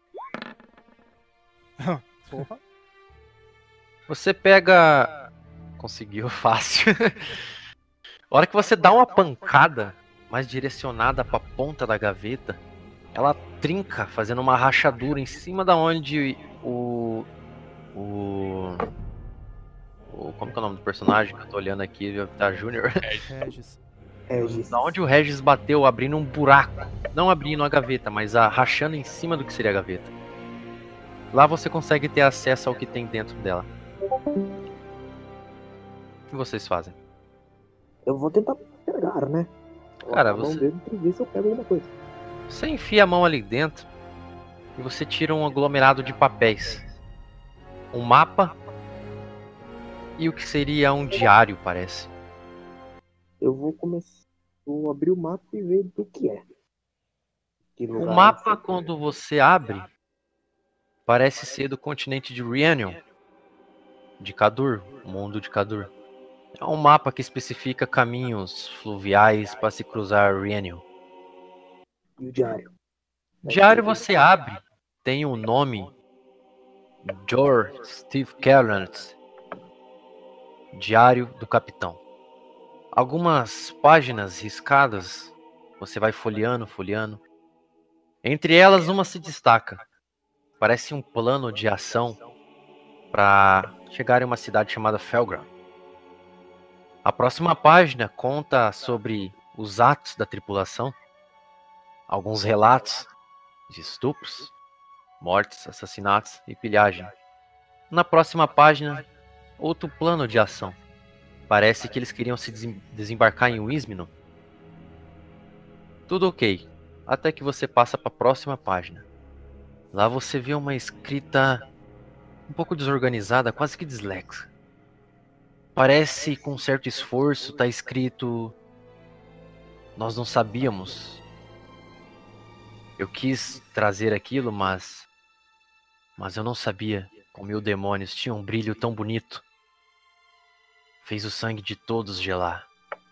Porra. Você pega Conseguiu fácil. A hora que você dá uma pancada mais direcionada para a ponta da gaveta, ela trinca, fazendo uma rachadura em cima da onde o... O... o como que é o nome do personagem que eu tô olhando aqui? Tá Júnior. Regis. Regis. Da onde o Regis bateu, abrindo um buraco. Não abrindo a gaveta, mas a, rachando em cima do que seria a gaveta. Lá você consegue ter acesso ao que tem dentro dela. O que vocês fazem? Eu vou tentar pegar, né? Cara, a mão você- dele pra ver se eu pego alguma coisa. Você enfia a mão ali dentro e você tira um aglomerado de papéis. Um mapa e o que seria um diário, parece. Eu vou começar. Vou abrir o mapa e ver do que é. Que O lugar mapa, é esse? quando você abre, parece ser do continente de Rhiannon, de Kadur, o mundo de Kadur. É um mapa que especifica caminhos fluviais para se cruzar Rhiannon. E o diário. Diário você abre, tem o nome Jor Steve Kellert, Diário do Capitão. Algumas páginas riscadas, você vai folheando, folheando. Entre elas, uma se destaca. Parece um plano de ação para chegar em uma cidade chamada Felgran. A próxima página conta sobre os atos da tripulação, alguns relatos de estupros, mortes, assassinatos e pilhagem. Na próxima página, outro plano de ação. Parece que eles queriam se desem- desembarcar em Wismino. Tudo ok, até que você passa para a próxima página. Lá você vê uma escrita um pouco desorganizada, quase que dislexa. Parece com certo esforço, tá escrito: nós não sabíamos. Eu quis trazer aquilo, mas mas eu não sabia como mil demônios tinham um brilho tão bonito. Fez o sangue de todos gelar.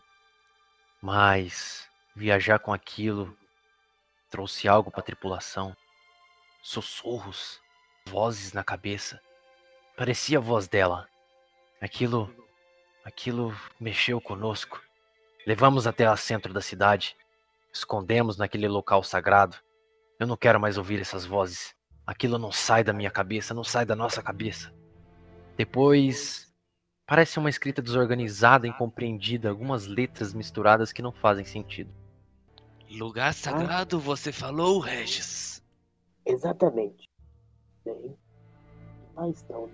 Mas viajar com aquilo trouxe algo para a tripulação. Sussurros, vozes na cabeça. Parecia a voz dela. Aquilo, aquilo mexeu conosco. Levamos até o centro da cidade. Escondemos naquele local sagrado. Eu não quero mais ouvir essas vozes. Aquilo não sai da minha cabeça, não sai da nossa cabeça. Depois, parece uma escrita desorganizada, incompreendida, algumas letras misturadas que não fazem sentido. Lugar sagrado, você falou, Regis? Exatamente. Bem, mas não.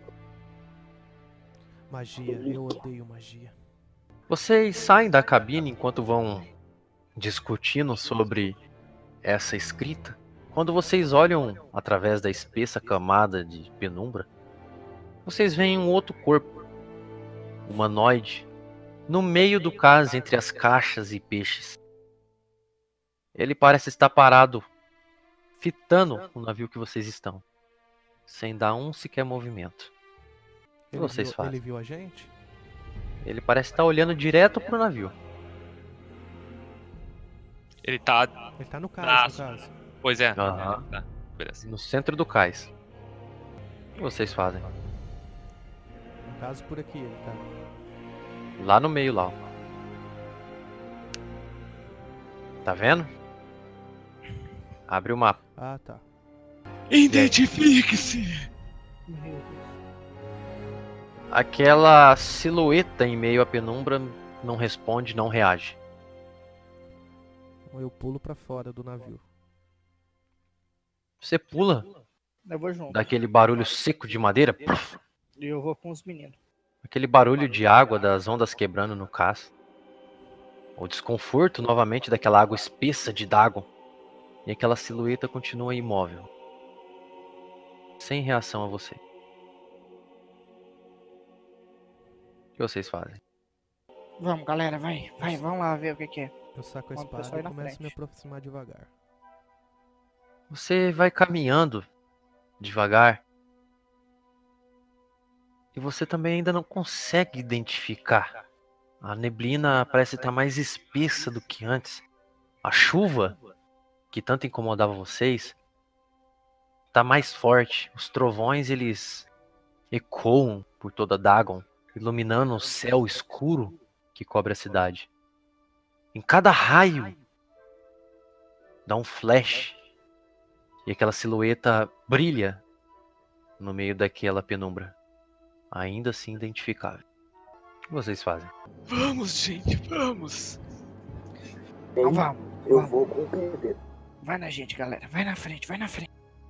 Magia, eu odeio magia. Vocês saem da cabine enquanto vão discutindo sobre essa escrita. Quando vocês olham através da espessa camada de penumbra, vocês veem um outro corpo, humanoide, no meio do cais entre as caixas e peixes. Ele parece estar parado, fitando o navio que vocês estão, sem dar um sequer movimento. O que Ele vocês viu, fazem? ele viu a gente? Ele parece estar olhando direto pro navio. Ele tá. Ele tá no cais, Braço. no caso. Pois é. Aham. É, tá. Beleza. No centro do cais. O que vocês fazem? No caso, por aqui ele tá. Lá no meio, lá. Ó. Tá vendo? Abre o mapa. Ah, tá. Identifique-se! Aquela silhueta em meio à penumbra não responde, não reage. Então eu pulo pra fora do navio. Você pula Eu vou junto. daquele barulho seco de madeira, E eu vou com os meninos. aquele barulho de água das ondas quebrando no cais. O desconforto novamente daquela água espessa de Dagon. E aquela silhueta continua imóvel. Sem reação a você. O que vocês fazem? Vamos, galera, vai, vai, vamos lá ver o que, que é. Eu saco a Manda o espada pessoal aí e na começo a me frente. aproximar devagar. Você vai caminhando devagar. E você também ainda não consegue identificar. A neblina parece estar mais espessa do que antes. A chuva, que tanto incomodava vocês, está mais forte. Os trovões, eles ecoam por toda Dagon. iluminando o céu escuro que cobre a cidade. Em cada raio dá um flash e aquela silhueta brilha no meio daquela penumbra, ainda assim identificável. O que vocês fazem? Vamos, gente, vamos. Então Bem, vamos. eu vamos. vou com o Quevedo. Vai na gente, galera. Vai na frente, vai na frente.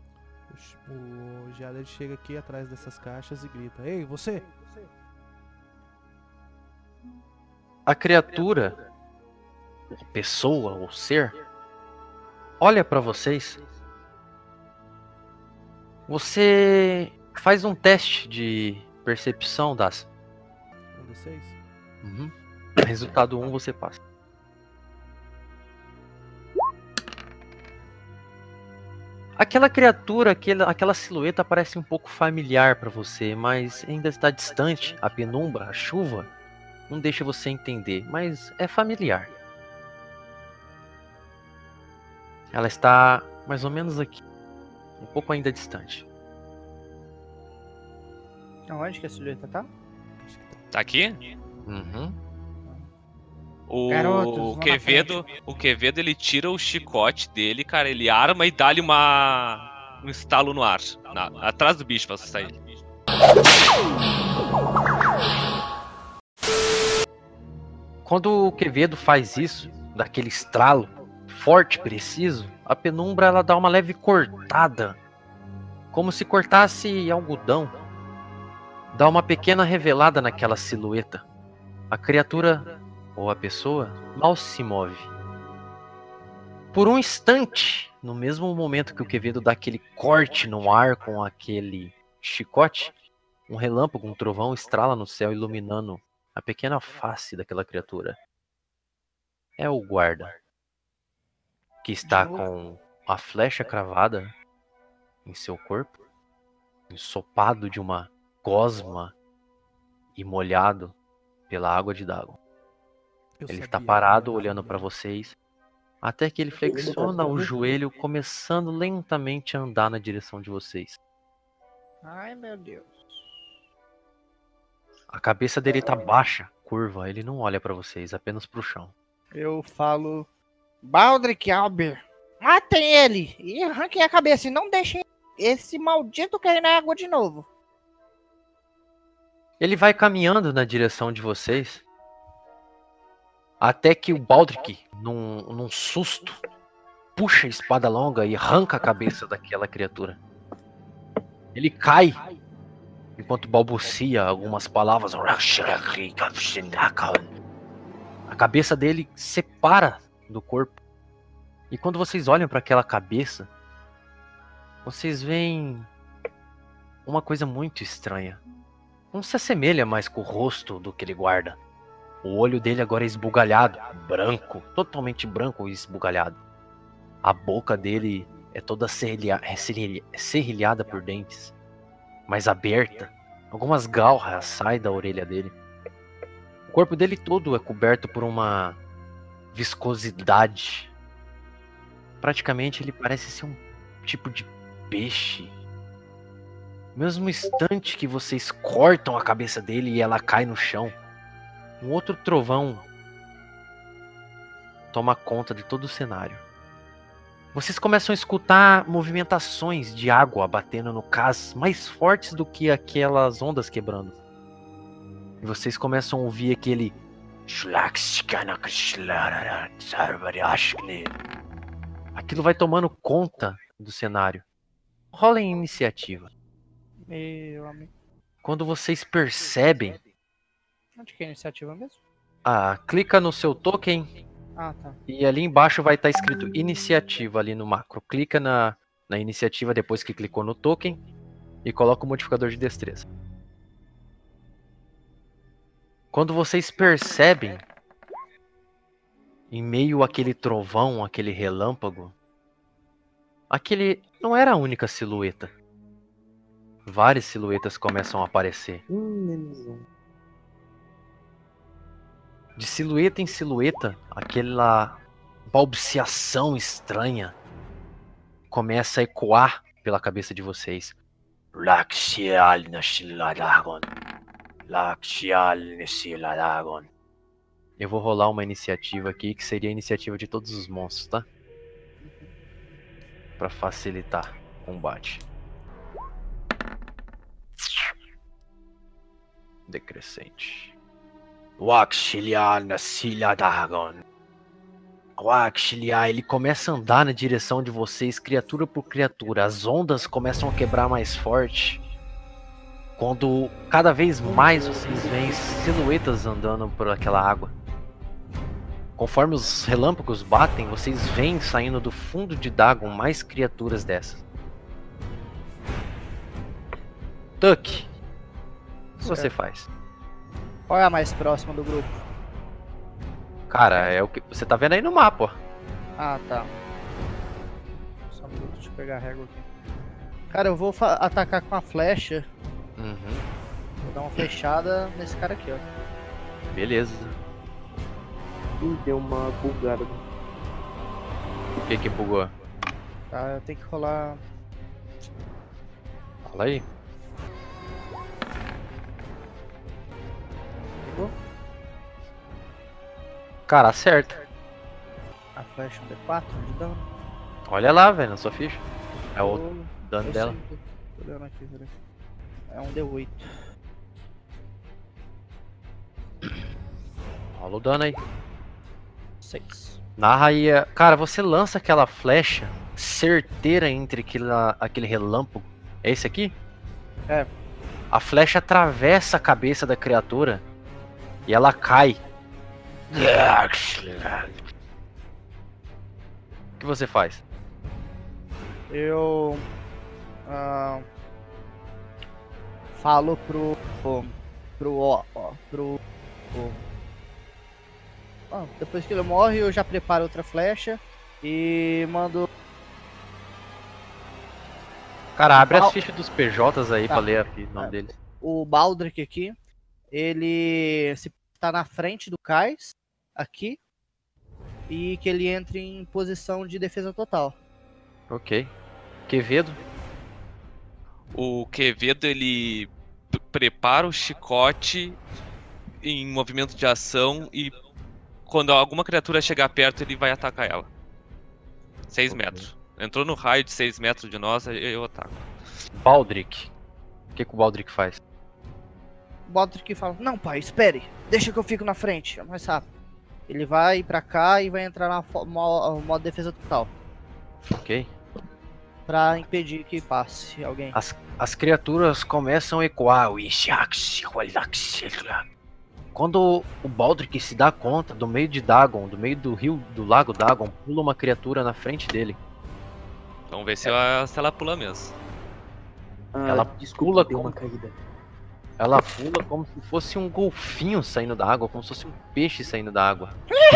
O Jared chega aqui atrás dessas caixas e grita: Ei, você! A criatura, a pessoa ou ser, olha pra vocês. Você faz um teste de percepção, Das. Um D seis? Uhum. Resultado um, você passa. Aquela criatura, aquela, aquela silhueta parece um pouco familiar pra você, mas ainda está distante. A penumbra, a chuva, não deixa você entender, mas é familiar. Ela está mais ou menos aqui, um pouco ainda distante. Aonde que a silhueta tá? Tá aqui? Uhum. O Garotos, vão na Quevedo, o Quevedo, ele tira o chicote dele, cara, ele arma e dá-lhe uma um estalo no ar, na- atrás do bicho pra assustar ele. Quando o Quevedo faz isso, daquele estralo forte, preciso, a penumbra ela dá uma leve cortada, como se cortasse algodão. Dá uma pequena revelada naquela silhueta. A criatura ou a pessoa mal se move. Por um instante, no mesmo momento que o Quevedo dá aquele corte no ar com aquele chicote, um relâmpago, um trovão estrala no céu, iluminando a pequena face daquela criatura. É o guarda, que está com a flecha cravada em seu corpo, ensopado de uma gosma e molhado pela água de Dagon. Eu Ele sabia está que parado ia olhando dar para merda. vocês, até que ele flexiona o joelho, começando lentamente a andar na direção de vocês. Ai, meu Deus. A cabeça dele tá baixa, curva, ele não olha para vocês, apenas pro chão. Eu falo... Baldric Albert, matem ele e arranquem a cabeça e não deixem esse maldito cair na água de novo. Ele vai caminhando na direção de vocês, até que o Baldric, num, num susto, puxa a espada longa e arranca a cabeça daquela criatura. Ele cai, enquanto balbucia algumas palavras. A cabeça dele separa do corpo. E quando vocês olham para aquela cabeça, vocês veem uma coisa muito estranha. Não se assemelha mais com o rosto do que ele guarda. O olho dele agora é esbugalhado, branco, totalmente branco e esbugalhado. A boca dele é toda serrilha- serrilha- serrilhada por dentes, mas aberta. Algumas galras saem da orelha dele. O corpo dele todo é coberto por uma viscosidade. Praticamente ele parece ser um tipo de peixe. No mesmo instante que vocês cortam a cabeça dele e ela cai no chão, um outro trovão toma conta de todo o cenário. Vocês começam a escutar movimentações de água batendo no cais mais fortes do que aquelas ondas quebrando. E vocês começam a ouvir aquele... Aquilo vai tomando conta do cenário. Rolem iniciativa. Meu amigo. Quando vocês percebem... Onde que é a iniciativa mesmo? Ah, clica no seu token Ah, tá. e ali embaixo vai estar escrito iniciativa ali no macro. Clica na, na iniciativa depois que clicou no token e coloca o modificador de destreza. Quando vocês percebem, em meio àquele trovão, aquele relâmpago, aquele não era a única silhueta. Várias silhuetas começam a aparecer. Hum, menos um. De silhueta em silhueta, aquela balbuciação estranha começa a ecoar pela cabeça de vocês. Lakshal Nishiladagon. Eu vou rolar uma iniciativa aqui, que seria a iniciativa de todos os monstros, tá? Pra facilitar o combate. Decrescente. Wakshilian Nishiladagon. Wakshilian, ele começa a andar na direção de vocês, criatura por criatura. As ondas começam a quebrar mais forte. Quando cada vez mais vocês veem silhuetas andando por aquela água. Conforme os relâmpagos batem, vocês veem saindo do fundo de Dagon mais criaturas dessas. Tuck, o que você faz? Qual é a mais próxima do grupo? Cara, é o que você tá vendo aí no mapa, ó. Ah, tá. Só um minuto, deixa eu pegar a régua aqui. Cara, eu vou fa- atacar com a flecha. Uhum. Vou dar uma flechada nesse cara aqui, ó. Beleza. Ih, deu uma bugada. O que que bugou? Tá, eu tenho que rolar. Fala aí. Pegou? Cara, acerta. A flecha um D quatro de dano. Olha lá, velho, na sua ficha. É o Eu- dano eu dela. sei, tô olhando aqui, peraí. É um D oito. Rola o dano aí. seis. Narra aí. é- Cara, você lança aquela flecha certeira entre aquela, aquele relâmpago. É esse aqui? É. A flecha atravessa a cabeça da criatura e ela cai. O que você faz? Eu. ah, falo pro. Pro. Ó, ó, pro. pro- ah, depois que ele morre, eu já preparo outra flecha e mando. Cara, abre as Al- fichas dos P Js aí Tá. pra ler aqui o nome É. deles. O Baldric aqui. Ele se tá na frente do Kais, aqui. E que ele entre em posição de defesa total. Ok. Quevedo. O Quevedo, ele p- prepara o chicote em movimento de ação e quando alguma criatura chegar perto, ele vai atacar ela. seis Ok. metros. Entrou no raio de seis metros de nós, eu- eu ataco. Baldric. O que, que o Baldric faz? O Baldric fala: Não, pai, espere. Deixa que eu fico na frente. É mais rápido. Ele vai pra cá e vai entrar na fo- mo- modo defesa total. Ok. Pra impedir que passe alguém. As, as criaturas começam a ecoar. Quando o Baldric se dá conta, do meio de Dagon, do meio do rio, do lago Dagon, pula uma criatura na frente dele. Vamos ver se, ela, se ela pula mesmo. Ah, Ela desculpa, pula deu como- uma caída. Ela pula como se fosse um golfinho saindo da água, como se fosse um peixe saindo da água.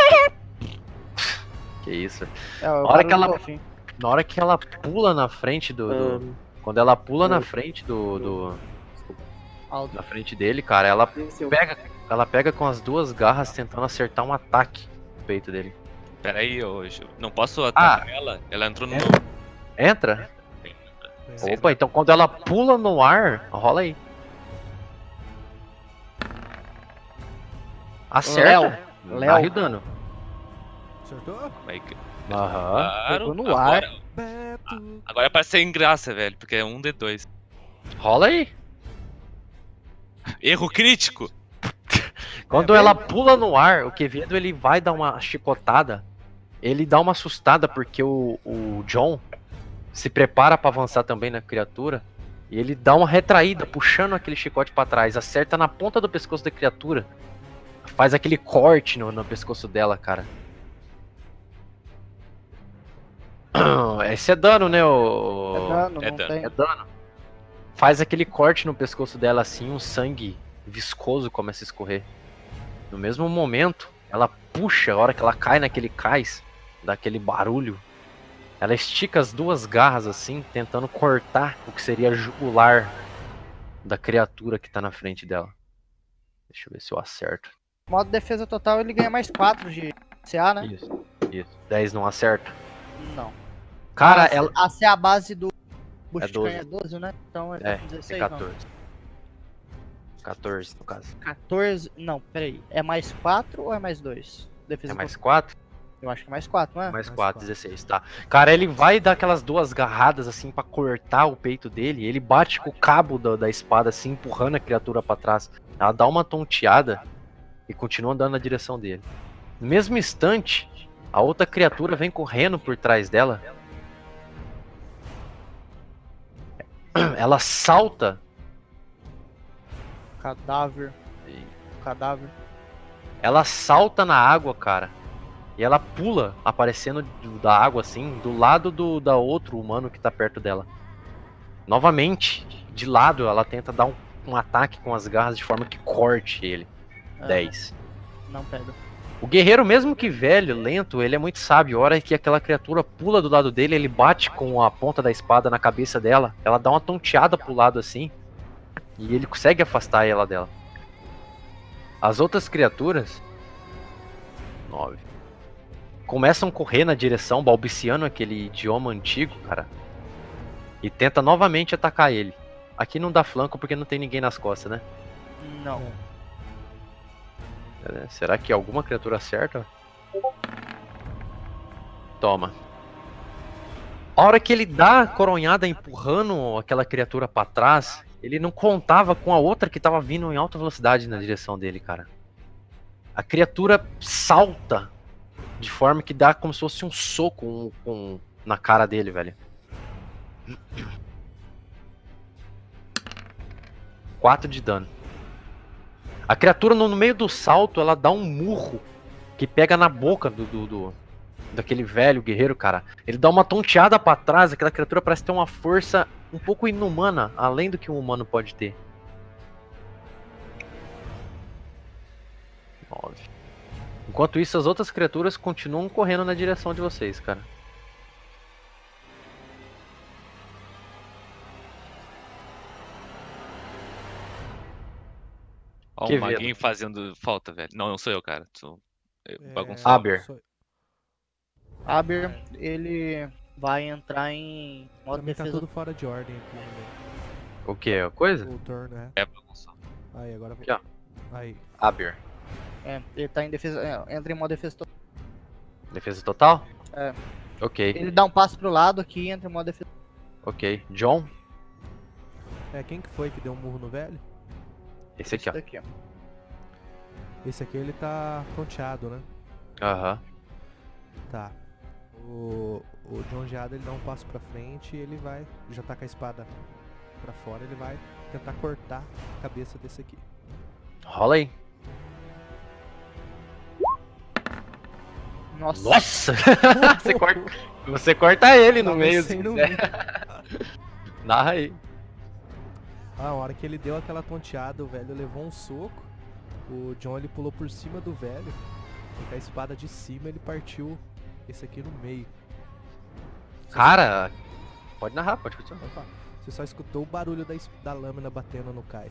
Que isso. É, o Na hora que barulho ela- do golfinho. Na hora que ela pula na frente do. do- Ahn, quando ela pula na eu- frente do. do desculpa. Aldo. na frente dele, cara, ela Venceu. pega. Ela pega com as duas garras tentando acertar um ataque no peito dele. Pera aí, eu não posso atacar ela? Ela entrou no... É. Entra? Sim. Opa, então quando ela pula no ar, rola aí. Acerta. Léo. Varre o dano. Acertou? Aí que- Aham. Claro, Pegou no agora, Beto. agora parece sem graça, velho, porque é um D dois. Rola aí. Erro crítico! Quando ela pula no ar, o Quevedo ele vai dar uma chicotada. Ele dá uma assustada porque o, o John se prepara pra avançar também na criatura. E ele dá uma retraída, puxando aquele chicote pra trás. Acerta na ponta do pescoço da criatura. Faz aquele corte no, no pescoço dela, cara. Esse é dano, né? O... É dano, é não dano. tem. É dano. Faz aquele corte no pescoço dela assim, um sangue viscoso começa a escorrer. No mesmo momento, ela puxa, a hora que ela cai naquele cais, daquele barulho, ela estica as duas garras assim, tentando cortar o que seria a jugular da criatura que tá na frente dela. Deixa eu ver se eu acerto. Modo defesa total, ele ganha mais quatro de C A, né? Isso, isso. dez não acerta. Não. Cara, a, ela. A C A base do É Bushkan doze. é doze, né? Então ele É, tá com é dezesseis, não. quatorze. quatorze, no caso. quatorze. Não, peraí. É mais quatro ou é mais dois? Defesa É mais total. quatro? Eu acho que é mais quatro, não é? Mais Mais quatro, quatro. dezesseis, tá. Cara, ele vai dar aquelas duas garradas assim pra cortar o peito dele. Ele bate com o cabo da, da espada assim, empurrando a criatura pra trás. Ela dá uma tonteada e continua andando na direção dele. No mesmo instante, a outra criatura vem correndo por trás dela. Ela salta. Cadáver. Cadáver. Ela salta na água, cara. E ela pula, aparecendo do- da água, assim, do lado do da outro humano que tá perto dela. Novamente, de lado, ela tenta dar um, um ataque com as garras de forma que corte ele. Ah, dez. Não pega. O guerreiro, mesmo que velho, lento, ele é muito sábio. A hora que aquela criatura pula do lado dele, ele bate com a ponta da espada na cabeça dela. Ela dá uma tonteada pro lado assim. E ele consegue afastar ela dela. As outras criaturas. nove. Começam a correr na direção, balbuciando aquele idioma antigo, cara. E tenta novamente atacar ele. Aqui não dá flanco porque não tem ninguém nas costas, né? Não. É, será que alguma criatura acerta? Toma. A hora que ele dá a coronhada empurrando aquela criatura pra trás, ele não contava com a outra que tava vindo em alta velocidade na direção dele, cara. A criatura salta de forma que dá como se fosse um soco um, um, na cara dele, velho. quatro de dano. A criatura no, no meio do salto, ela dá um murro que pega na boca do, do, do daquele velho guerreiro, cara. Ele dá uma tonteada pra trás, aquela criatura parece ter uma força um pouco inumana, além do que um humano pode ter. nove. Enquanto isso, as outras criaturas continuam correndo na direção de vocês, cara. Ó, Que o maguinho fazendo falta, velho. Não, não sou eu, cara. Sou... Eu É, bagunçou. Aber. sou- Aber, ele vai entrar em Pra modo mim tá defesa. tudo fora de ordem aqui, né? O que? A coisa? O turno, é. É, bagunçou. Aí, agora vou. Aqui, ó. Aí. Aber. É, ele tá em defesa. É, entra em modo defesa total. Defesa total? É. Ok, Ele dá um passo pro lado aqui e entra em modo defesa. ok. John, É, quem que foi que deu um murro no velho? esse aqui, ó. daqui, ó. Esse aqui ele tá tonteado, né? Aham. Tá. O, o John Geada ele dá um passo pra frente e ele vai. Já tá com a espada pra fora, ele vai tentar cortar a cabeça desse aqui. Rola aí. Nossa. Nossa! você, corta, você corta ele no meio, se Comecei no quiser. meio. Narra aí. Ah, a hora que ele deu aquela tonteada, o velho levou um soco. O John ele pulou por cima do velho. E com a espada de cima ele partiu esse aqui no meio. Cara, pode narrar, pode continuar. Opa, você só escutou o barulho da, es- da lâmina batendo no cais.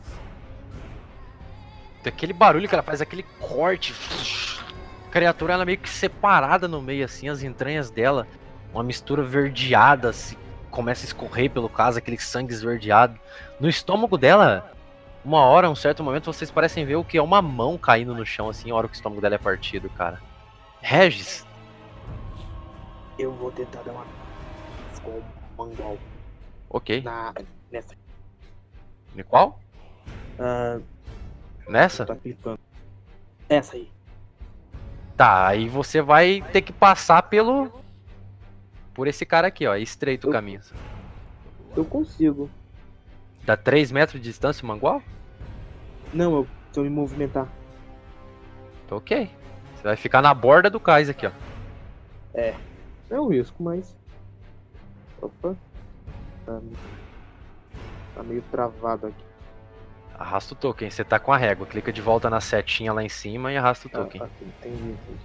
Aquele barulho que ela faz, aquele corte. A criatura ela meio que separada no meio, assim, as entranhas dela. Uma mistura verdeada, assim, começa a escorrer pelo caso, aquele sangue esverdeado. No estômago dela, uma hora, um certo momento, vocês parecem ver o que é uma mão caindo no chão, assim, a hora que o estômago dela é partido, cara. Regis, Eu vou tentar dar uma com o mangual ok. na nessa. E qual? Ah, Nessa? tá clicando. Essa aí. Tá, aí você vai ter que passar pelo... Por esse cara aqui, ó, estreito o Eu- caminho. Eu consigo. Dá três metros de distância o mangual? Não, eu, se eu me movimentar. Tá ok. Você vai ficar na borda do cais aqui, ó. É um risco, mas. Opa. Tá, tá meio travado aqui. Arrasta o token, você tá com a régua. Clica de volta na setinha lá em cima e arrasta o Ah, token. aqui, entendi, entendi.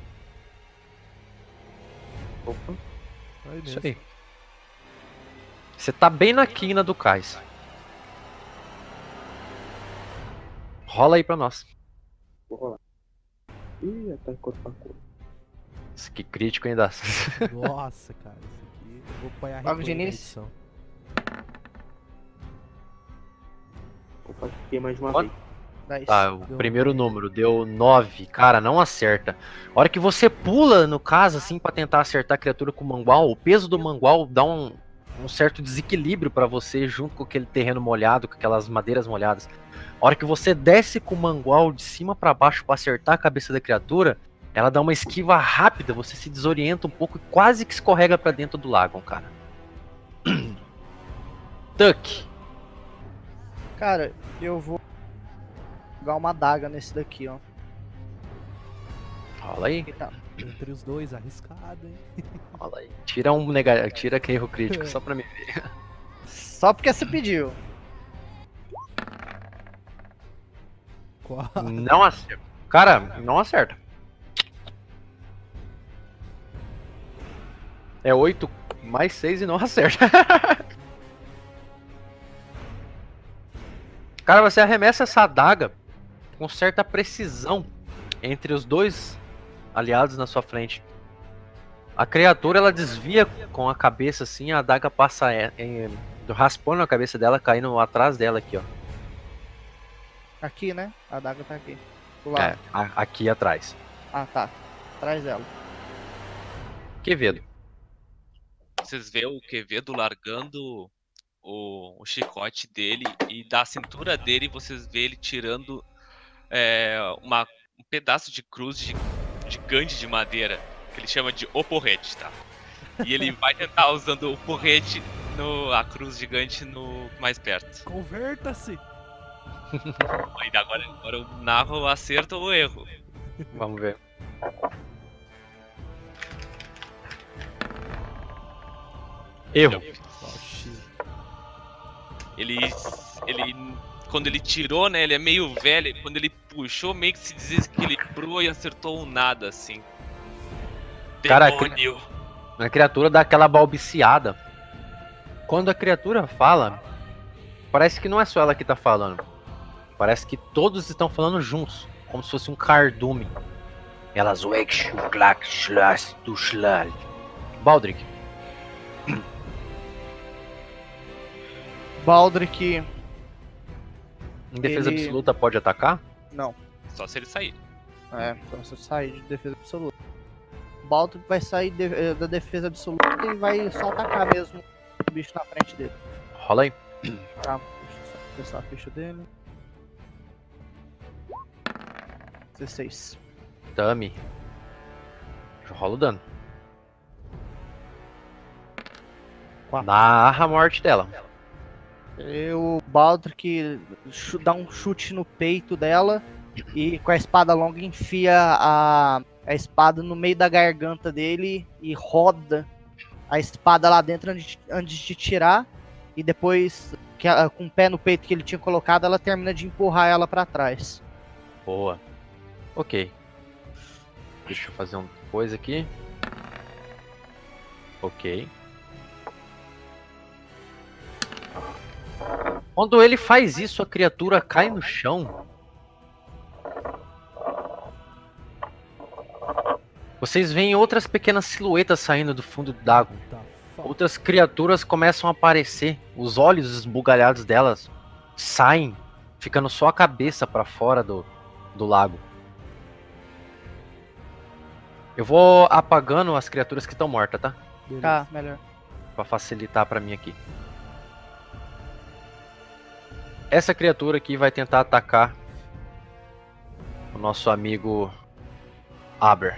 Opa. Aí Isso mesmo. aí. Você tá bem na quina do cais. Rola aí pra nós. Vou rolar. Ih, tá corpo a corpo. Isso que crítico ainda. Nossa, cara, isso aqui. Eu vou apanhar Logo replay de na início. edição. Opa, fiquei mais de uma Quanto? vez. dez. Tá, o Deu primeiro dez. número deu nove. Cara, não acerta. A hora que você pula, no caso, assim, pra tentar acertar a criatura com o mangual, o peso do mangual dá um, um certo desequilíbrio pra você, junto com aquele terreno molhado, com aquelas madeiras molhadas. A hora que você desce com o mangual de cima pra baixo pra acertar a cabeça da criatura, ela dá uma esquiva rápida, você se desorienta um pouco e quase que escorrega pra dentro do lago, cara. Tuck. Cara, eu vou jogar uma adaga nesse daqui, ó. Rola aí, Eita. Entre os dois, arriscado, hein? rola aí. Tira um nega... Tira que erro crítico só pra mim ver. Só porque você pediu. Quatro. Não acerta. Cara, não acerta. É oito mais seis e não acerta. Cara, você arremessa essa adaga com certa precisão entre os dois aliados na sua frente. A criatura, ela desvia com a cabeça assim, a adaga passa é, é, raspando a cabeça dela, caindo atrás dela aqui, ó. Aqui, né? A adaga tá aqui. Do É, lado. a- aqui atrás. Ah, tá. Atrás dela. Quevedo. Vocês vê o Quevedo largando o, o chicote dele e da cintura dele vocês vê ele tirando é, uma, um pedaço de cruz gi- gigante de madeira, que ele chama de o porrete, tá? E ele vai tentar usando o porrete, no, a cruz gigante no mais perto. Converta-se! Aí agora, agora eu narro o acerto ou o erro. Vamos ver. Erro. Oxi. Ele, ele, quando ele tirou, né, ele é meio velho, e quando ele puxou, meio que se desequilibrou e acertou um nada, assim. Cara, Demônio! A criatura dá aquela balbuciada. Quando a criatura fala, parece que não é só ela que tá falando. Parece que todos estão falando juntos, como se fosse um cardume. Elas Baldric. Baldric. Em defesa Ele- absoluta pode atacar? Não. Só se ele sair. É, então você sai de defesa absoluta. O Baldric vai sair de- eh, da defesa absoluta e vai só atacar mesmo o bicho na frente dele. Rola aí. Tá, deixa eu só pensar a ficha dele. dezesseis. Tami. Rola o dano. Quatro. Narra a morte dela. E o Baldric chu- dá um chute no peito dela e com a espada longa enfia a, a espada no meio da garganta dele e roda a espada lá dentro antes de, antes de tirar. E depois, que ela- com o pé no peito que ele tinha colocado, ela termina de empurrar ela pra trás. Boa. Ok. Deixa eu fazer uma coisa aqui. Ok. Quando ele faz isso, a criatura cai no chão. Vocês veem outras pequenas silhuetas saindo do fundo d'água. Tá foda. Outras criaturas começam a aparecer. Os olhos esbugalhados delas saem, ficando só a cabeça pra fora do, do lago. Eu vou apagando as criaturas que estão mortas, tá? Beleza. Tá, melhor. Pra facilitar pra mim aqui. Essa criatura aqui vai tentar atacar o nosso amigo Aber.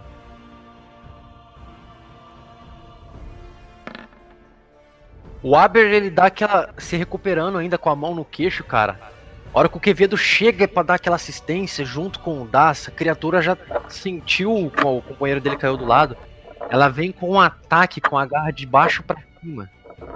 O Aber, ele dá aquela... se recuperando ainda com a mão no queixo, cara. A hora que o Quevedo chega pra dar aquela assistência junto com o Das, a criatura já sentiu que o companheiro dele caiu do lado. Ela vem com um ataque com a garra de baixo pra cima.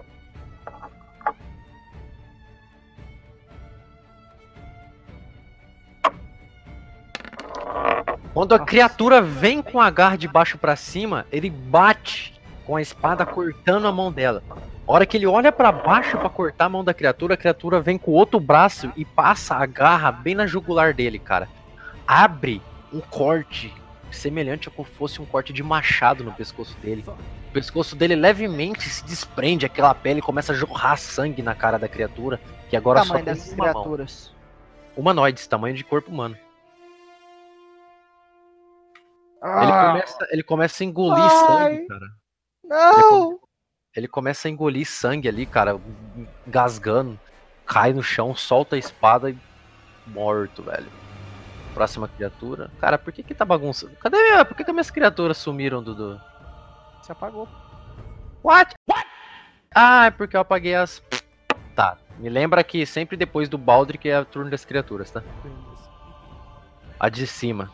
Quando a criatura vem com a garra de baixo pra cima, ele bate com a espada cortando a mão dela. A hora que ele olha pra baixo pra cortar a mão da criatura, a criatura vem com o outro braço e passa a garra bem na jugular dele, cara. Abre um corte semelhante a como fosse um corte de machado no pescoço dele. O pescoço dele levemente se desprende, aquela pele começa a jorrar sangue na cara da criatura, que agora O só tamanho tem dessas uma mão. criaturas. humanoides, tamanho de corpo humano. Ele Ah, começa, ele começa a engolir Ai. sangue, cara. não! Ele começa a engolir sangue ali, cara, gasgando, cai no chão, solta a espada e morto, velho. Próxima criatura. Cara, por que que tá bagunçando? Cadê minha... Por que que minhas criaturas sumiram, Dudu? Se apagou. What? What? Ah, é porque eu apaguei as... Tá, me lembra que sempre depois do Baldric é o turno das criaturas, tá? Beleza. A de cima.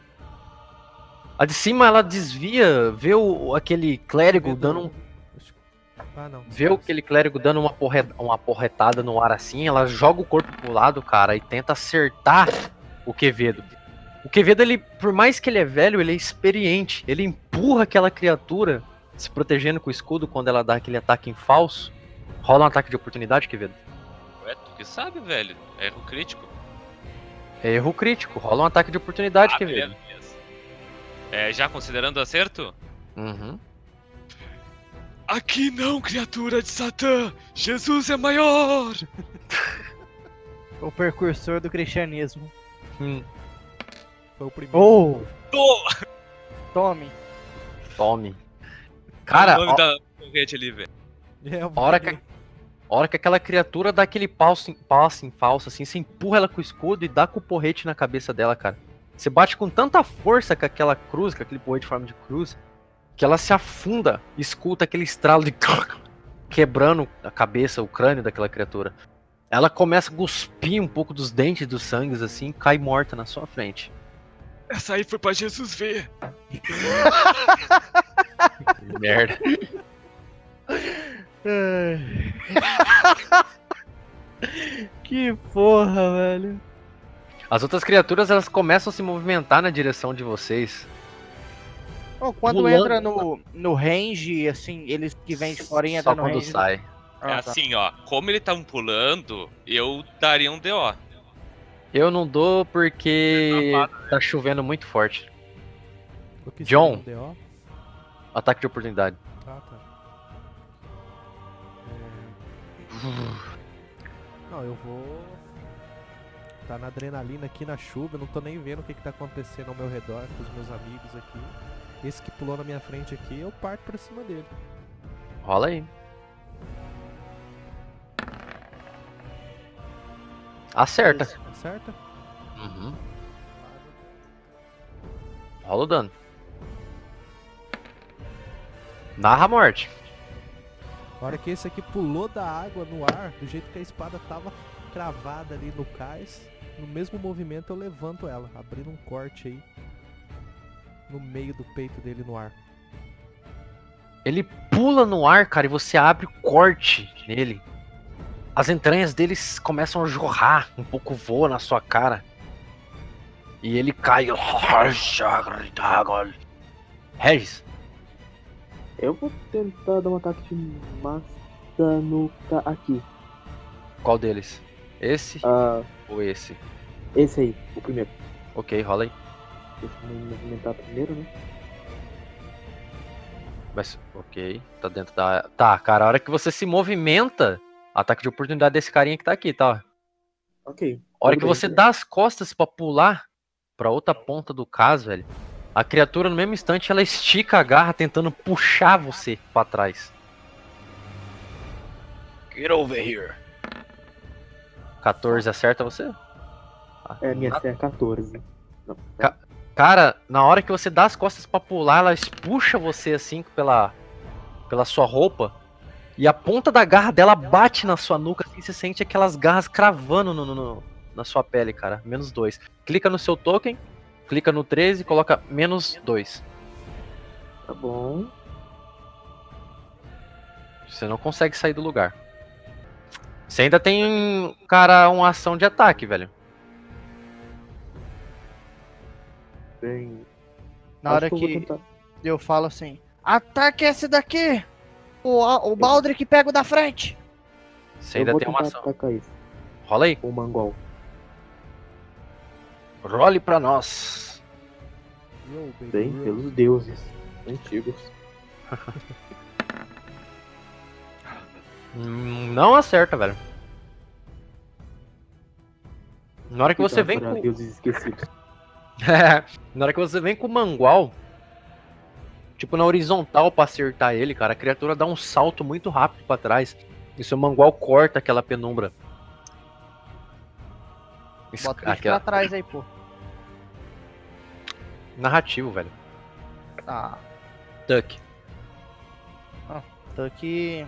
A de cima, ela desvia, vê o, aquele clérigo Vendo- dando um... Ah, não. Vê aquele clérigo dando uma, porre... uma porretada no ar assim, ela joga o corpo pro lado, cara, e tenta acertar o Quevedo. O Quevedo, ele, por mais que ele é velho, ele é experiente. Ele empurra aquela criatura, se protegendo com o escudo quando ela dá aquele ataque em falso. Rola um ataque de oportunidade, Quevedo. Ué, tu que sabe, velho. Erro crítico. É erro crítico, rola um ataque de oportunidade, Ah, Quevedo. beleza, beleza. É, já considerando o acerto? Uhum. Aqui não, criatura de Satã! Jesus é maior! O precursor do cristianismo. Hum, Foi o primeiro. Oh! Tô! Tome. tome. Cara, o nome ó, da corrente ali, velho. É, eu a hora que, peguei. a hora que aquela criatura dá aquele passo, em- passo em falso, assim, você empurra ela com o escudo e dá com o porrete na cabeça dela, cara. Você bate com tanta força com aquela cruz, com aquele porrete de forma de cruz, que ela se afunda, escuta aquele estralo de quebrando a cabeça, o crânio daquela criatura. Ela começa a cuspir um pouco dos dentes dos sangues, assim, e cai morta na sua frente. Essa aí foi pra Jesus ver. Merda. Que porra, velho. As outras criaturas, elas começam a se movimentar na direção de vocês. Oh, quando Pulando. entra no, no range, assim, eles que vêm de fora entra Só no quando range. sai. É Ah, tá. assim, ó. Como ele tá um pulando, eu daria um D O. Eu não dou porque tá chovendo muito forte. O que John. seria um D O? Ataque de oportunidade. Ah, tá. É... Não, eu vou. Tá na adrenalina aqui na chuva, eu não tô nem vendo o que, que tá acontecendo ao meu redor com os meus amigos aqui. Esse que pulou na minha frente aqui, eu parto pra cima dele. Rola aí. Acerta. Acerta? Uhum. Rola o dano. Narra a morte. A hora que esse aqui pulou da água no ar, do jeito que a espada tava cravada ali no cais, no mesmo movimento eu levanto ela, abrindo um corte aí no meio do peito dele no ar. Ele pula no ar, cara, e você abre o corte nele. As entranhas deles começam a jorrar, um pouco voa na sua cara. E ele cai. Regis, Eu vou tentar dar um ataque de massa no ca... aqui. qual deles? Esse Ah, ou esse? esse aí, o primeiro. Ok, rola aí. Deixa eu me movimentar primeiro, né? Mas, ok, tá dentro da... Tá, cara, a hora que você se movimenta, ataque de oportunidade desse carinha que tá aqui, tá? Ok. A hora tudo que bem. você dá as costas pra pular pra outra ponta do caso, velho, a criatura no mesmo instante ela estica a garra tentando puxar você pra trás. Get over here. quatorze acerta você? Ah, É, minha C é quatorze. Não. Ca- Cara, na hora que você dá as costas pra pular, ela puxa você assim pela, pela sua roupa. E a ponta da garra dela bate na sua nuca, assim, você sente aquelas garras cravando no, no- no- na sua pele, cara. Menos dois. Clica no seu token, clica no treze e coloca menos dois. Tá bom. Você não consegue sair do lugar. Você ainda tem, cara, uma ação de ataque, velho. Bem. Na acho hora que eu vou que tentar. eu falo assim, ataque esse daqui! O, o Baldric pega o da frente! Você Eu ainda vou tem uma tentar ação. atacar isso. Rola aí. O Mangol. Role pra nós. Yo, baby, Bem, roll. pelos deuses antigos. Hum, Não acerta, velho. Na hora que você vem para com... deuses esquecidos. Na hora que você vem com o mangual, tipo na horizontal pra acertar ele, cara, a criatura dá um salto muito rápido pra trás. E seu mangual corta aquela penumbra. Isso- Bota o bicho aquela- pra trás aí, pô. Narrativo, velho. Ah, Tuck. tô aqui.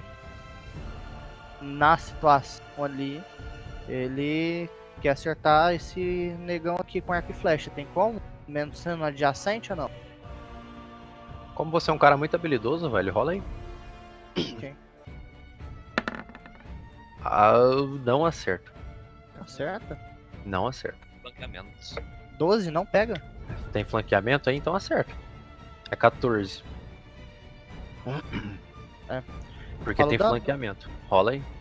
Na situação ali, ele quer acertar esse negão aqui com arco e flecha. Tem como? Mesmo sendo adjacente ou não? Como você é um cara muito habilidoso, velho, rola aí. Ok. Ah, não acerta. Acerta? Não acerta. Flanqueamentos. doze, não pega? Tem flanqueamento aí, então acerta. É quatorze. É. Porque Fala tem o dano. flanqueamento. Rola aí.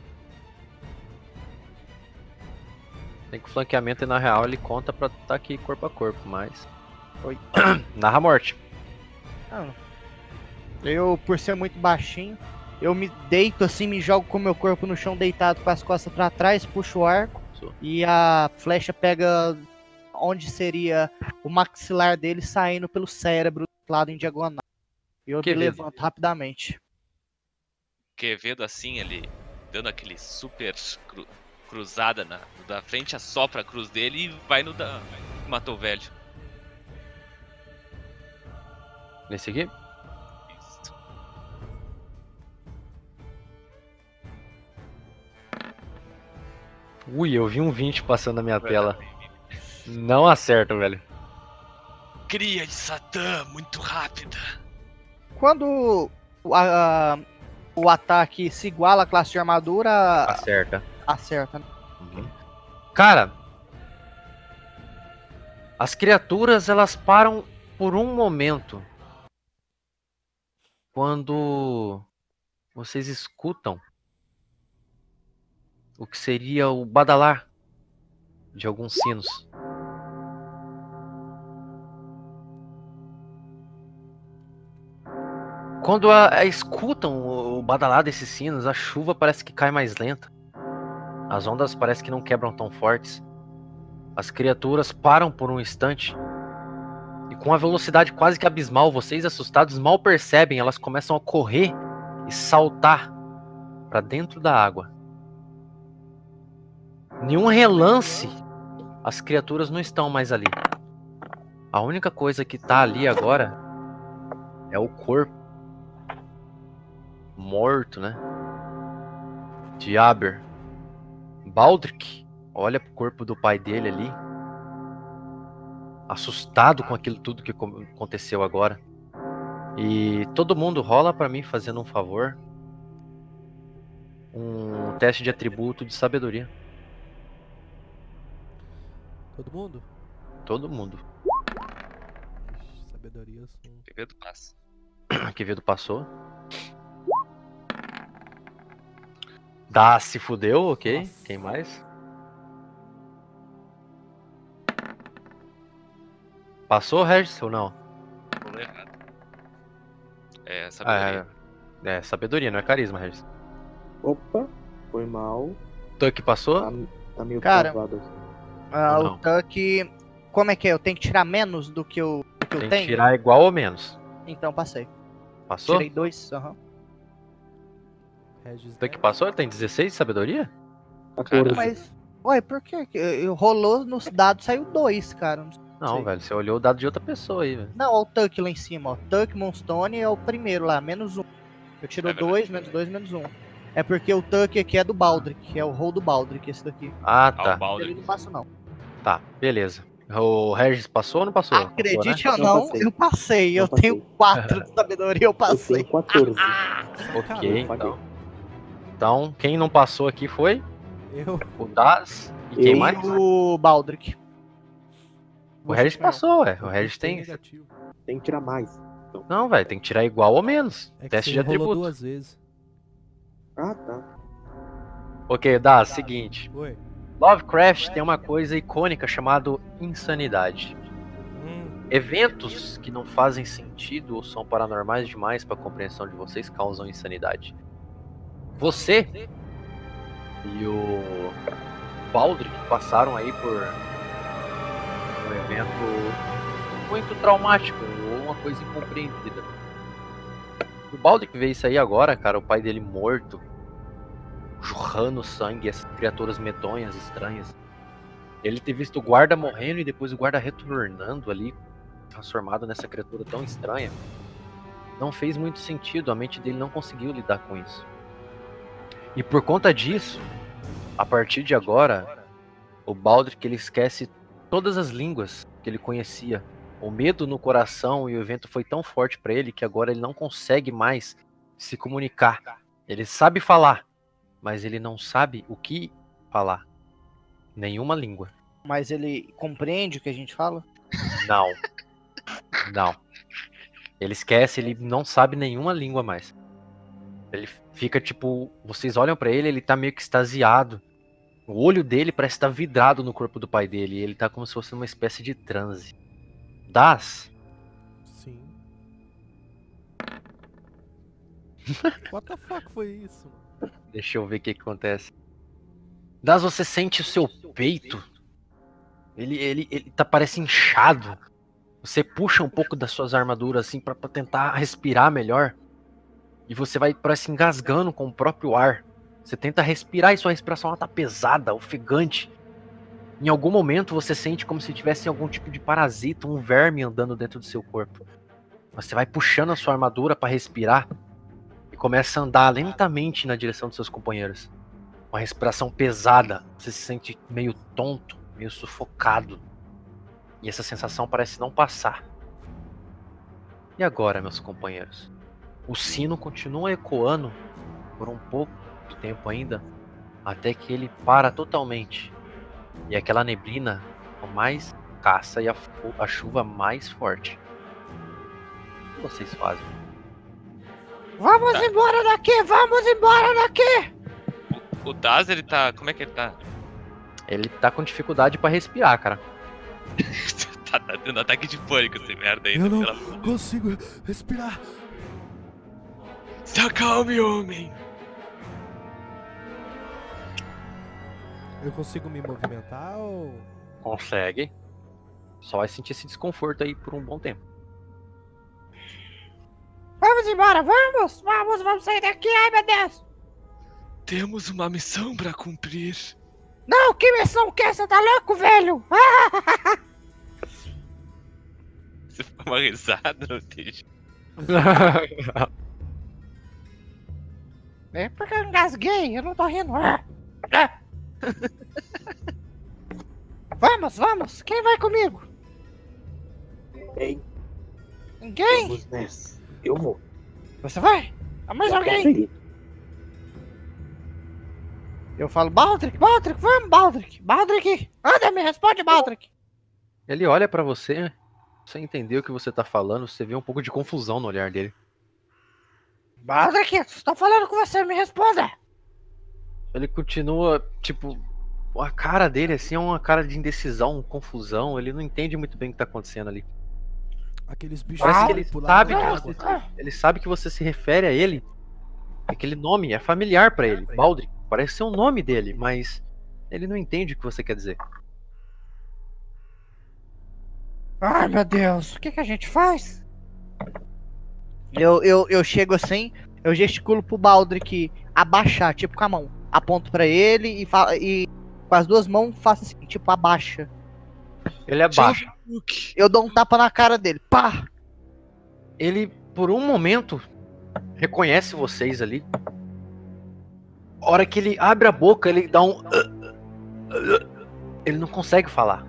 Tem que flanqueamento e na real ele conta pra tá aqui corpo a corpo, mas. Oi. Narra a morte. Ah, eu, por ser muito baixinho, eu me deito assim, me jogo com o meu corpo no chão deitado com as costas pra trás, puxo o arco Sou. e a flecha pega onde seria o maxilar dele, saindo pelo cérebro do lado em diagonal. E eu Que me vida. levanto rapidamente. Quevedo assim, ele dando aquele super cru- cruzada na, no da frente, assopra a cruz dele e vai no da. Matou o velho. Nesse aqui? Isso. Ui, eu vi um vinte passando na minha tela. Não acerta, velho. Cria de Satã, muito rápida. Quando o, a- o ataque se iguala à classe de armadura, Acerta. acerta. Né? Cara, as criaturas elas param por um momento quando vocês escutam o que seria o badalar de alguns sinos. Quando a, a escutam o, o badalar desses sinos, a chuva parece que cai mais lenta. As ondas parece que não quebram tão fortes. As criaturas param por um instante e com uma velocidade quase que abismal, vocês assustados mal percebem, elas começam a correr e saltar para dentro da água. Nenhum relance, as criaturas não estão mais ali. A única coisa que tá ali agora é o corpo morto, né? De Aber. Baldric olha pro corpo do pai dele ali, assustado com aquilo tudo que co- aconteceu agora. E todo mundo rola pra mim, fazendo um favor. Um teste de atributo de sabedoria. Todo mundo? Todo mundo. Ixi, sabedoria. eu sou um- Quevedo passa. Quevedo passou. Dá, se fudeu, ok. Nossa. Quem mais? Passou, Regis, ou não? Rolou errado. É, Ah, sabedoria. é, é sabedoria, não é carisma, Regis. Opa, foi mal. Tuck passou? Tá, tá meio Cara. travado aqui. Ah, Não. o Tuck. Como é que é? Eu tenho que tirar menos do que eu, do que eu Tem que tenho? tirar igual ou menos. Então passei. Passou? Tirei dois. Aham. Regis Tuck dez. passou? Ele tem dezesseis de sabedoria? quatorze. Mas. Ué, por que? que eu- Rolou nos dados, saiu dois, cara. Não sei. Não, Sei. velho, você olhou o dado de outra pessoa aí, velho. Não, ó, o Tuck lá em cima, ó. Tuck Moonstone é o primeiro lá, menos um. Eu tiro É verdade. dois, menos dois, menos um. É porque o Tuck aqui é do Baldric, que é o roll do Baldric, esse daqui. Ah, Ah, tá. o balde. Ele não passa, não. Tá, beleza. O Regis passou ou não passou? Acredite Passou, ou Não não, passei. eu passei. Não eu tenho passei. quatro de sabedoria, eu Eu passei. tenho quatorze. né? Ok, Caramba, então. Então, quem não passou aqui foi Eu. o Das e quem Eu. mais? E o Baldric. O Regis passou, ué. O Regis Tem tem. negativo. Tem que tirar mais. Não, velho, tem que tirar igual ou menos. É que Teste você de rolou atributo. duas vezes. Ah, tá. Ok, Das, seguinte. Oi. Lovecraft tem uma coisa icônica chamada insanidade. Hum, Eventos que não fazem sentido ou são paranormais demais para a compreensão de vocês causam insanidade. Você e o Baldric passaram aí por um evento muito traumático ou uma coisa incompreendida. O Baldric vê isso aí agora, cara, o pai dele morto, jorrando sangue, essas criaturas medonhas, estranhas. Ele ter visto o guarda morrendo e depois o guarda retornando ali, transformado nessa criatura tão estranha, não fez muito sentido, a mente dele não conseguiu lidar com isso. E por conta disso, a partir de agora, o Baldric ele esquece todas as línguas que ele conhecia. O medo no coração e o evento foi tão forte para ele que agora ele não consegue mais se comunicar. Ele sabe falar, mas ele não sabe o que falar. Nenhuma língua. Mas ele compreende o que a gente fala? Não. Não. Ele esquece, ele não sabe nenhuma língua mais. Ele fica tipo... Vocês olham pra ele, ele tá meio que extasiado. O olho dele parece estar vidrado no corpo do pai dele. E ele tá como se fosse uma espécie de transe. Das? Sim. What the fuck foi isso? Deixa eu ver o que, que acontece. Das, você sente o seu peito. Ele, ele, ele tá, parece inchado. Você puxa um pouco das suas armaduras assim pra, pra tentar respirar melhor. E você vai, parece, engasgando com o próprio ar. Você tenta respirar e sua respiração ela tá pesada, ofegante. Em algum momento você sente como se tivesse algum tipo de parasita, um verme andando dentro do seu corpo. Você vai puxando a sua armadura pra respirar e começa a andar lentamente na direção dos seus companheiros. Uma respiração pesada, você se sente meio tonto, meio sufocado. E essa sensação parece não passar. E agora, meus companheiros? O sino continua ecoando por um pouco de tempo ainda, até que ele para totalmente. E aquela neblina mais escassa e a, a chuva mais forte. O que vocês fazem? Vamos Tá. embora daqui, vamos embora daqui! O Daz, ele tá. Como é que ele tá? Ele tá com dificuldade pra respirar, cara. tá, tá tendo ataque de pânico esse merda aí. Eu não pela porra. consigo respirar. Se acalme, homem! Eu consigo me movimentar ou... Consegue. Só vai sentir esse desconforto aí por um bom tempo. Vamos embora, vamos! Vamos, vamos sair daqui, ai meu Deus! Temos uma missão pra cumprir. Não, que missão que é? Você tá louco, velho? Você foi uma risada, não entendi. É porque eu engasguei, eu não tô rindo. Vamos, vamos, quem vai comigo? Ei, Ninguém? vamos nessa. Eu vou. Você vai? Ah, mais Já alguém? posso ir. Eu falo, Baldric, Baldric, vamos, Baldric, Baldric, anda, me responde, Baldric. Ele olha pra você, sem entender o que você tá falando, você vê um pouco de confusão no olhar dele. Baldric, estou falando com você, me responda. Ele continua, tipo, a cara dele assim é uma cara de indecisão, confusão, ele não entende muito bem o que tá acontecendo ali. Aqueles bichos Parece Ah, que ele pularam sabe na que água. você, ele sabe que você se refere a ele. Aquele nome é familiar pra ele, Baldric. Parece ser o nome dele, mas ele não entende o que você quer dizer. Ai, meu Deus, o que que a gente faz? Eu, eu, eu chego assim, eu gesticulo pro Baldric abaixar, tipo com a mão. Aponto pra ele e, fa- e com as duas mãos faço assim, tipo abaixa. Ele abaixa. Luke. Eu dou um tapa na cara dele, pá! Ele, por um momento, reconhece vocês ali. A hora que ele abre a boca, ele dá um... Ele não consegue falar.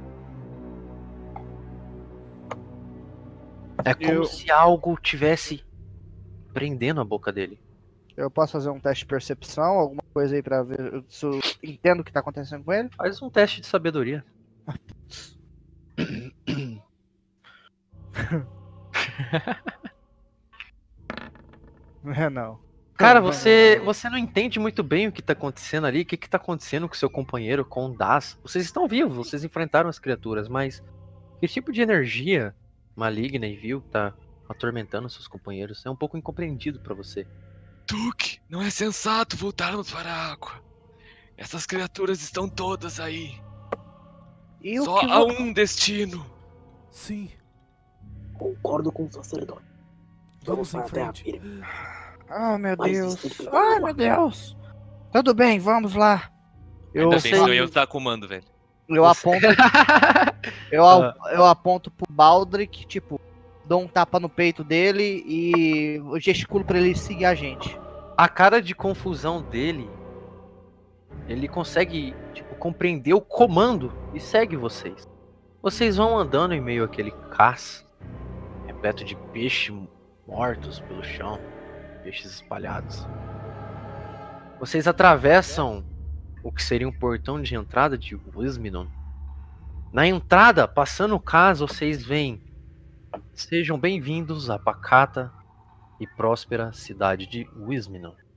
É como Eu- se algo tivesse prendendo a boca dele. Eu posso fazer um teste de percepção, alguma coisa aí pra ver se eu entendo o que tá acontecendo com ele? Faz um teste de sabedoria. É, não. Cara, você, você não entende muito bem o que tá acontecendo ali, o que que tá acontecendo com seu companheiro, com o Das. Vocês estão vivos, vocês enfrentaram as criaturas, mas que tipo de energia maligna e vil tá atormentando seus companheiros? É um pouco incompreendido pra você. Duke, não é sensato voltarmos para a água. Essas criaturas estão todas aí. E o Só que há vo- um destino. Sim, Concordo com o sacerdote. vamos Vamos em para a terra frente. firme. Ah, meu Mas Deus. isso tem que pegar Ai, água. meu Deus. Tudo bem, vamos lá. Eu, Ainda bem, sei- senão eu ia estar comando, velho. eu Você- aponto, eu, a- eu aponto pro Baldric, tipo, dou um tapa no peito dele e eu gesticulo pra ele seguir a gente. A cara de confusão dele, ele consegue, tipo, compreender o comando e segue vocês. Vocês vão andando em meio àquele cais, repleto de peixes mortos pelo chão, peixes espalhados. Vocês atravessam o que seria um portão de entrada de Wisminon. Na entrada, passando o cais, vocês veem: sejam bem-vindos à pacata e próspera cidade de Wisminon.